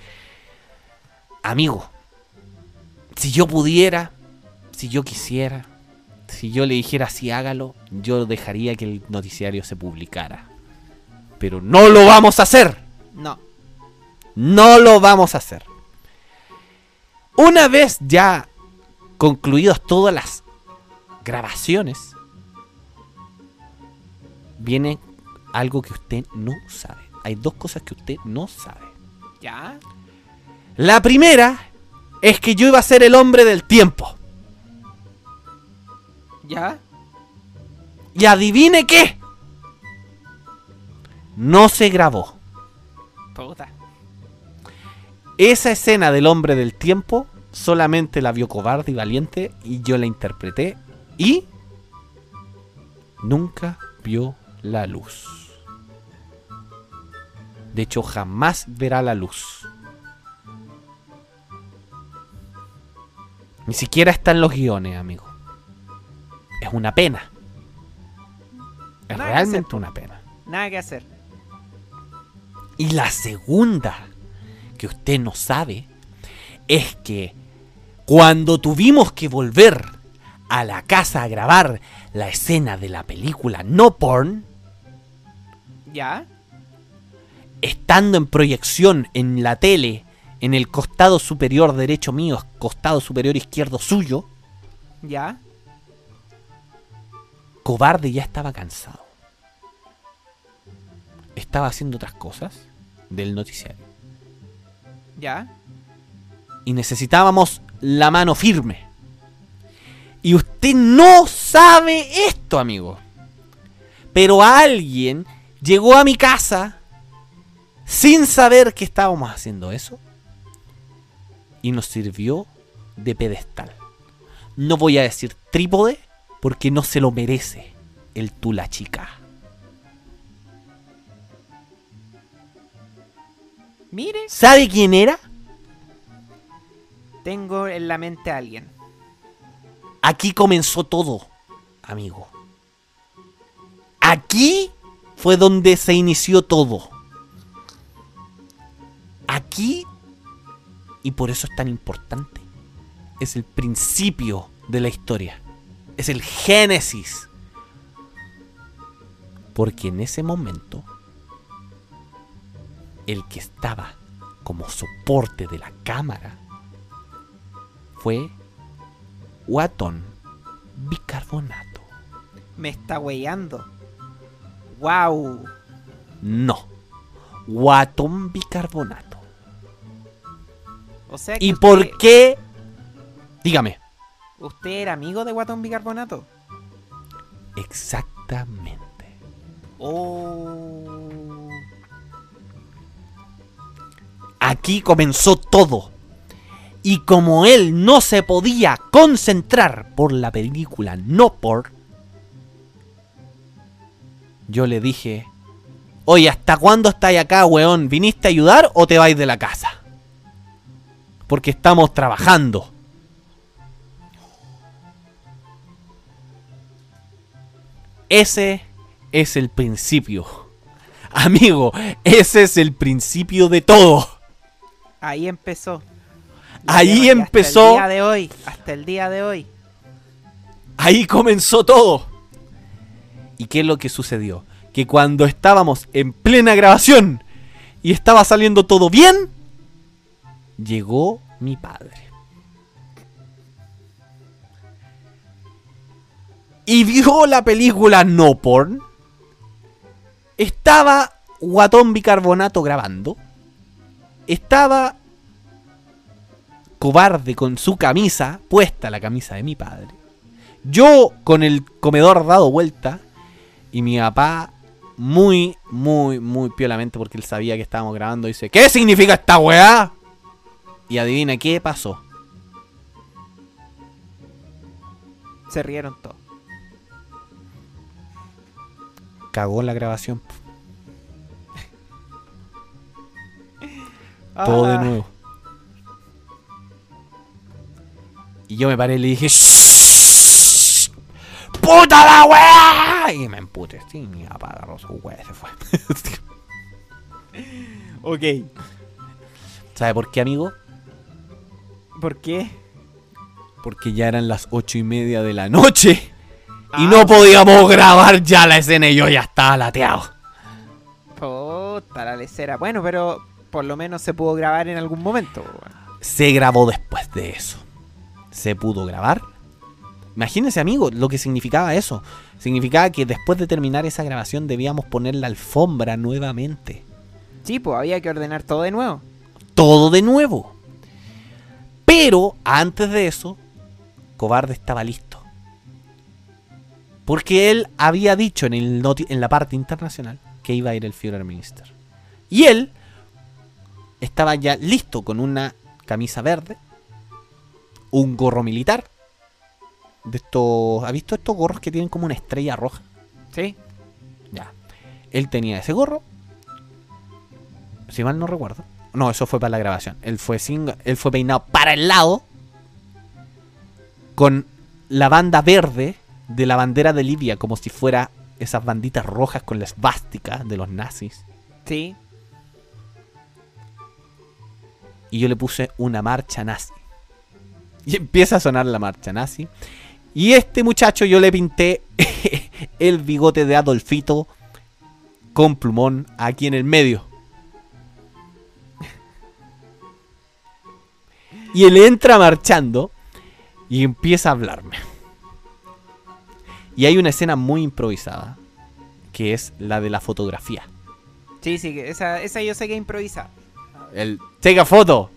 Amigo, si yo pudiera, si yo quisiera, si yo le dijera así hágalo, yo dejaría que el noticiario se publicara. Pero no lo vamos a hacer. No. No lo vamos a hacer. Una vez ya concluidas todas las grabaciones, viene algo que usted no sabe. Hay dos cosas que usted no sabe. ¿Ya? La primera es que yo iba a ser el hombre del tiempo. ¿Ya? Y adivine qué. No se grabó. Puta. Esa escena del hombre del tiempo solamente la vio Cobarde y Valiente y yo la interpreté y nunca vio la luz. De hecho, jamás verá la luz. Ni siquiera está en los guiones, amigo. Es una pena. Es Nada que realmente hacer. una pena. Nada que hacer. Y la segunda que usted no sabe es que cuando tuvimos que volver a la casa a grabar la escena de la película No Porn, ¿Ya? estando en proyección en la tele, en el costado superior derecho mío, costado superior izquierdo suyo, ¿Ya? Cobarde ya estaba cansado. Estaba haciendo otras cosas del noticiario. ¿Ya? Y necesitábamos la mano firme. Y usted no sabe esto, amigo. Pero alguien llegó a mi casa sin saber que estábamos haciendo eso y nos sirvió de pedestal. No voy a decir trípode porque no se lo merece el Tula Chica. Mire, ¿Sabe quién era? tengo en la mente a alguien. Aquí comenzó todo, amigo. Aquí fue donde se inició todo. Aquí, y por eso es tan importante, es el principio de la historia. Es el génesis. Porque en ese momento, el que estaba como soporte de la cámara fue Guatón Bicarbonato. Me está weyando. ¡Wow! No, Guatón Bicarbonato. O sea que ¿Y usted, por qué? Dígame. ¿Usted era amigo de Guatón Bicarbonato? Exactamente. Oh. Aquí comenzó todo. Y como él no se podía concentrar por la película No Por, yo le dije: oye, ¿hasta cuándo estáis acá, weón? ¿Viniste a ayudar o te vais de la casa? Porque estamos trabajando. Ese es el principio. Amigo, ese es el principio de todo. Ahí empezó. Ahí Y hasta empezó. el día de hoy. Hasta el día de hoy. Ahí comenzó todo. ¿Y qué es lo que sucedió? Que cuando estábamos en plena grabación y estaba saliendo todo bien, llegó mi padre. Y vio la película No Porn. Estaba Guatón Bicarbonato grabando. Estaba Cobarde con su camisa, puesta la camisa de mi padre. Yo con el comedor dado vuelta. Y mi papá, muy, muy, muy piolamente, porque él sabía que estábamos grabando, dice: ¿qué significa esta weá? Y adivina qué pasó. Se rieron todos. Cagó la grabación. Todo de Ah, nuevo. Y yo me paré y le dije: ¡Shh! ¡Puta la weá! Y me emputé. Sí, mi papá agarró su weá y se fue. ok. ¿Sabe por qué, amigo? ¿Por qué? Porque ya eran las ocho y media de la noche. Y Ah, no podíamos grabar ya la escena y yo ya estaba lateado. Puta la lecera. Bueno, pero por lo menos se pudo grabar en algún momento. Weón. Se grabó después de eso. Se pudo grabar. Imagínense, amigo, lo que significaba eso. Significaba que después de terminar esa grabación debíamos poner la alfombra nuevamente. Sí, pues había que ordenar todo de nuevo. Todo de nuevo. Pero antes de eso, Cobarde estaba listo. Porque él había dicho en, el noti- en la parte internacional que iba a ir el Führerminister. Y él estaba ya listo con una camisa verde, un gorro militar. De estos, ¿ha visto estos gorros que tienen como una estrella roja? Sí. Ya. Él tenía ese gorro. Si mal no recuerdo. No, eso fue para la grabación. Él fue sin, él fue peinado para el lado. Con la banda verde de la bandera de Libia. Como si fuera esas banditas rojas con la esvástica de los nazis. Sí. Y yo le puse una marcha nazi. Y empieza a sonar la marcha nazi. Y este muchacho yo le pinté el bigote de Adolfito con plumón aquí en el medio. Y él entra marchando y empieza a hablarme. Y hay una escena muy improvisada, que es la de la fotografía. Sí, sí, que esa, esa yo sé que es improvisada. El take a photo.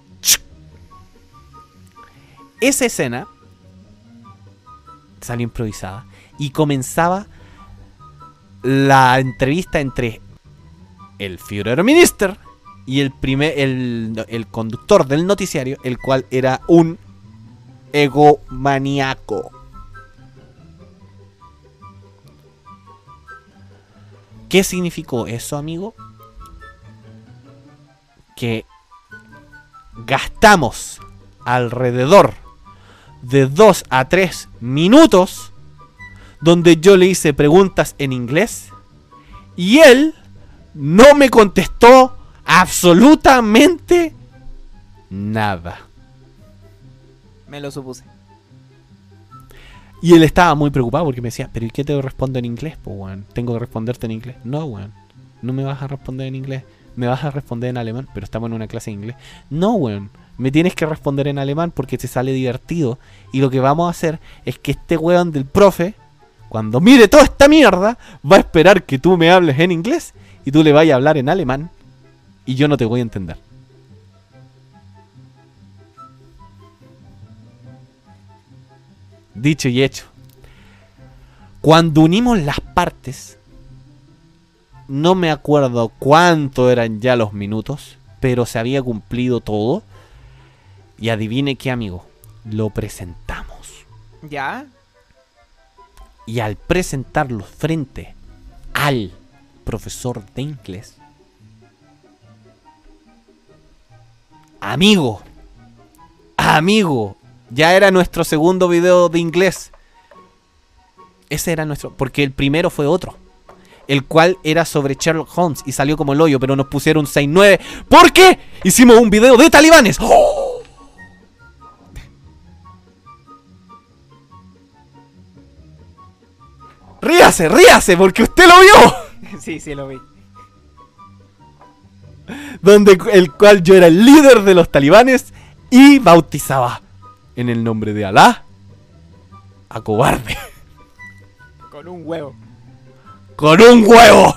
Esa escena salió improvisada y comenzaba la entrevista entre el Führerminister y el primer el, el conductor del noticiario, el cual era un egomaníaco. ¿Qué significó eso, amigo? Que gastamos alrededor de dos a tres minutos donde yo le hice preguntas en inglés y él no me contestó absolutamente nada. Me lo supuse. Y él estaba muy preocupado porque me decía: ¿pero y qué te respondo en inglés, po, weón? ¿Tengo que responderte en inglés? No, weón. No me vas a responder en inglés. Me vas a responder en alemán, pero estamos en una clase de inglés. No, weón. Me tienes que responder en alemán porque te sale divertido. Y lo que vamos a hacer es que este weón del profe, cuando mire toda esta mierda, va a esperar que tú me hables en inglés y tú le vayas a hablar en alemán y yo no te voy a entender. Dicho y hecho. Cuando unimos las partes, no me acuerdo cuánto eran ya los minutos, pero se había cumplido todo. Y adivine qué, amigo, lo presentamos. ¿Ya? Y al presentarlo frente al profesor de inglés, amigo, amigo, ya era nuestro segundo video de inglés. Ese era nuestro, porque el primero fue otro. el cual era sobre Sherlock Holmes y salió como el hoyo, pero nos pusieron seis nueve. ¿Por qué? Hicimos un video de talibanes. ¡Oh! Ríase, ríase, porque usted lo vio. Sí, sí, lo vi. Donde el cual yo era el líder de los talibanes y bautizaba en el nombre de Alá a cobarde. Con un huevo. Con un huevo.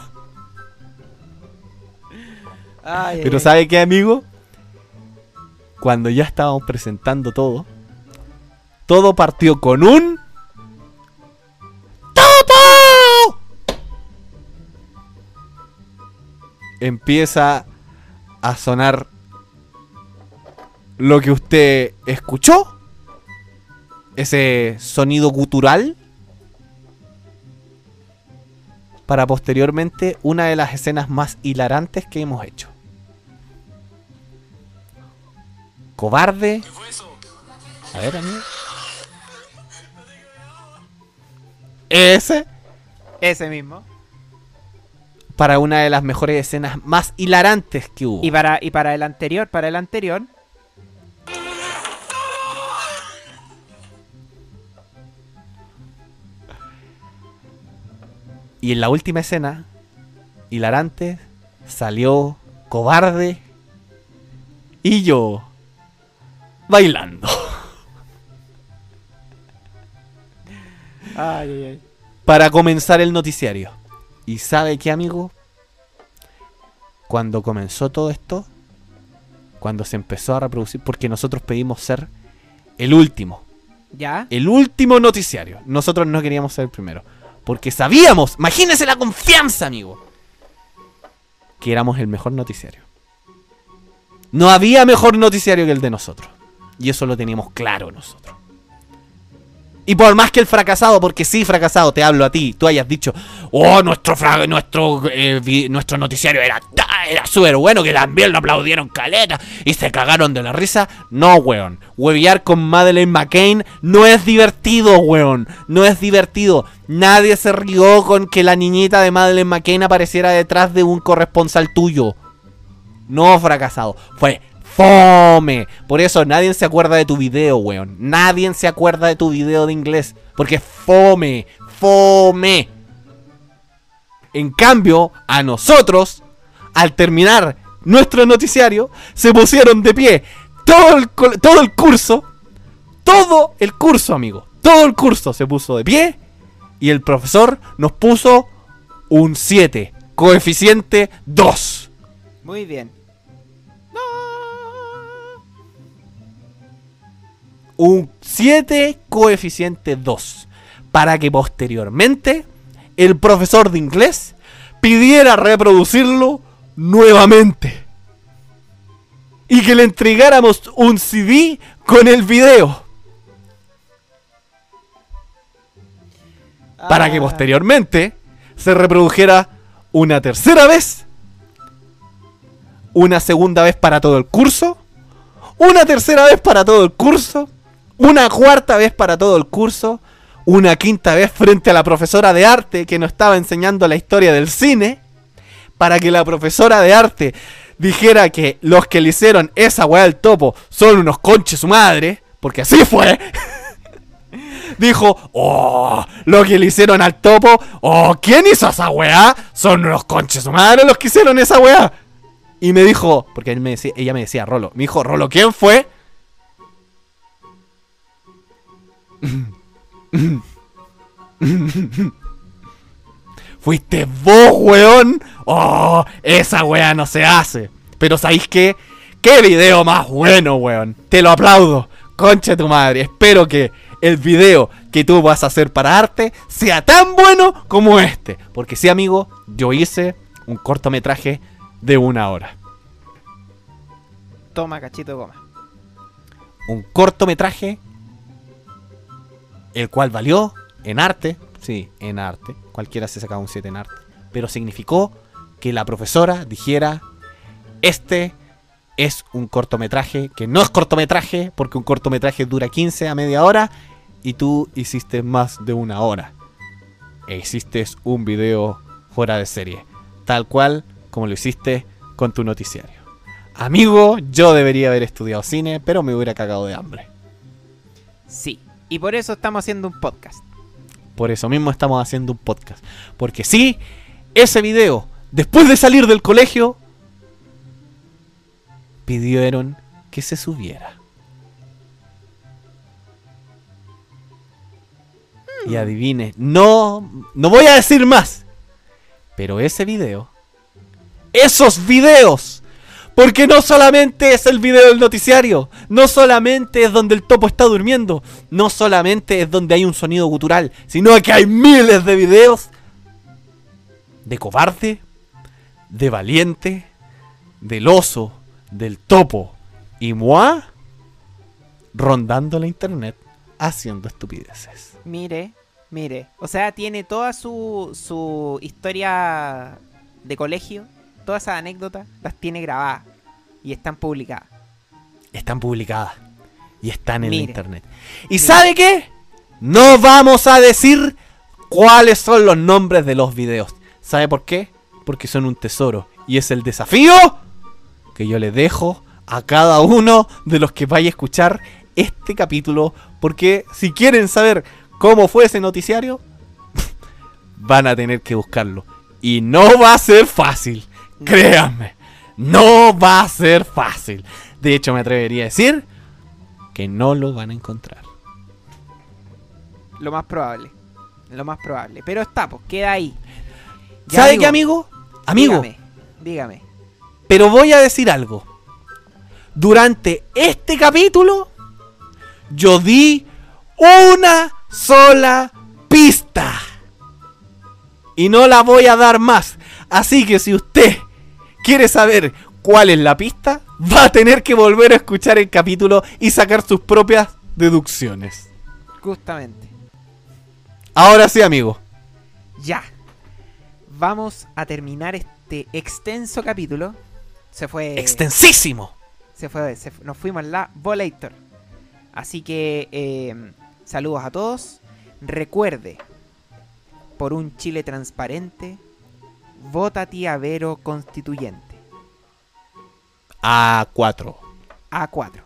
Ay, Pero ay, ¿sabe qué, amigo? Cuando ya estábamos presentando todo, todo partió con un ¡Topo! Empieza a sonar lo que usted escuchó, ese sonido gutural, para posteriormente una de las escenas más hilarantes que hemos hecho. Cobarde. ¿Qué fue eso? A ver, amigo. Ese. Ese mismo. Para una de las mejores escenas más hilarantes que hubo. Y para, y para el anterior, para el anterior. Y en la última escena, hilarante, salió cobarde y yo bailando. Ay, ay, ay. Para comenzar el noticiario. ¿Y sabe qué, amigo? Cuando comenzó todo esto, cuando se empezó a reproducir, porque nosotros pedimos ser el último, ¿Ya? el último noticiario. Nosotros no queríamos ser el primero, porque sabíamos, imagínense la confianza, amigo, que éramos el mejor noticiario. No había mejor noticiario que el de nosotros, y eso lo teníamos claro nosotros. Y por más que el fracasado, porque sí, fracasado, te hablo a ti, tú hayas dicho, oh, nuestro fra nuestro eh, vi nuestro noticiario era, era súper bueno, que también lo aplaudieron caleta y se cagaron de la risa. No, weón. Huevear con Madeleine McCann no es divertido, weón. No es divertido. Nadie se rió con que la niñita de Madeleine McCann apareciera detrás de un corresponsal tuyo. No, fracasado. Fue fome. Por eso nadie se acuerda de tu video, weón. Nadie se acuerda de tu video de inglés. Porque es fome. Fome. En cambio, a nosotros, al terminar nuestro noticiario, se pusieron de pie todo el, todo el curso. Todo el curso, amigo. Todo el curso se puso de pie. Y el profesor nos puso un siete. Coeficiente dos. Muy bien. Un siete coeficiente dos. Para que posteriormente el profesor de inglés pidiera reproducirlo nuevamente. Y que le entregáramos un C D con el video. Ah. Para que posteriormente se reprodujera una tercera vez. Una segunda vez para todo el curso. Una tercera vez para todo el curso. Una cuarta vez para todo el curso. Una quinta vez frente a la profesora de arte que nos estaba enseñando la historia del cine. Para que la profesora de arte dijera que los que le hicieron esa weá del topo son unos conches su madre. Porque así fue. Dijo, oh, lo que le hicieron al topo. Oh, ¿quién hizo esa weá? Son unos conches su madre los que hicieron esa weá. Y me dijo, porque él me decía, ella me decía Rolo. Me dijo, Rolo, ¿quién fue? Fuiste vos, weón. Oh, esa weá no se hace. Pero ¿sabéis qué? ¡Qué video más bueno, weón! Te lo aplaudo. Concha de tu madre. Espero que el video que tú vas a hacer para arte sea tan bueno como este. Porque sí, amigo, yo hice un cortometraje de una hora. Toma, cachito de goma. Un cortometraje el cual valió en arte, sí, en arte, cualquiera se sacaba un siete en arte, pero significó que la profesora dijera, este es un cortometraje que no es cortometraje, porque un cortometraje dura quince a media hora, y tú hiciste más de una hora. E hiciste un video fuera de serie. Tal cual como lo hiciste con tu noticiario. Amigo, yo debería haber estudiado cine, pero me hubiera cagado de hambre. Sí, y por eso estamos haciendo un podcast. Por eso mismo estamos haciendo un podcast. Porque sí, ese video, después de salir del colegio, pidieron que se subiera. Hmm. Y adivine, no, no voy a decir más. Pero ese video, esos videos, porque no solamente es el video del noticiario, no solamente es donde el topo está durmiendo, no solamente es donde hay un sonido gutural, sino que hay miles de videos de cobarde, de valiente, del oso, del topo y moi rondando la internet haciendo estupideces. Mire, mire, o sea, tiene toda su, su historia de colegio, todas esas anécdotas las tiene grabadas y están publicadas. Están publicadas y están en Mire. la internet. ¿Y sabe qué? No vamos a decir cuáles son los nombres de los videos. ¿Sabe por qué? Porque son un tesoro. Y es el desafío que yo le dejo a cada uno de los que vaya a escuchar este capítulo. Porque si quieren saber cómo fue ese noticiario, van a tener que buscarlo. Y no va a ser fácil. Créanme. No va a ser fácil. De hecho, me atrevería a decir que no lo van a encontrar. Lo más probable. Lo más probable. Pero está, pues, queda ahí. Ya, ¿Sabe amigo, qué, amigo? Amigo, Dígame, dígame. pero voy a decir algo. Durante este capítulo, yo di una sola pista. Y no la voy a dar más. Así que si usted quiere saber cuál es la pista, va a tener que volver a escuchar el capítulo y sacar sus propias deducciones. Justamente. Ahora sí, amigo. Ya. Vamos a terminar este extenso capítulo. Se fue... Extensísimo. Se fue, se fu- nos fuimos en la Volator. Así que eh, saludos a todos. Recuerde, por un Chile transparente, vota tía Vero constituyente. A cuatro. A cuatro.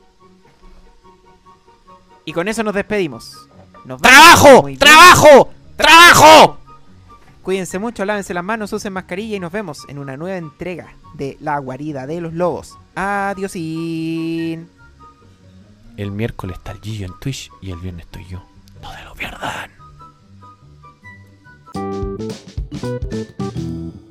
Y con eso nos despedimos. Nos vemos. ¡Trabajo! Muy bien. ¡Trabajo! ¡Trabajo! Cuídense mucho, lávense las manos, usen mascarilla y nos vemos en una nueva entrega de La Guarida de los Lobos. Adiósín. El miércoles está el Gillo en Twitch y el viernes estoy yo. No se lo pierdan.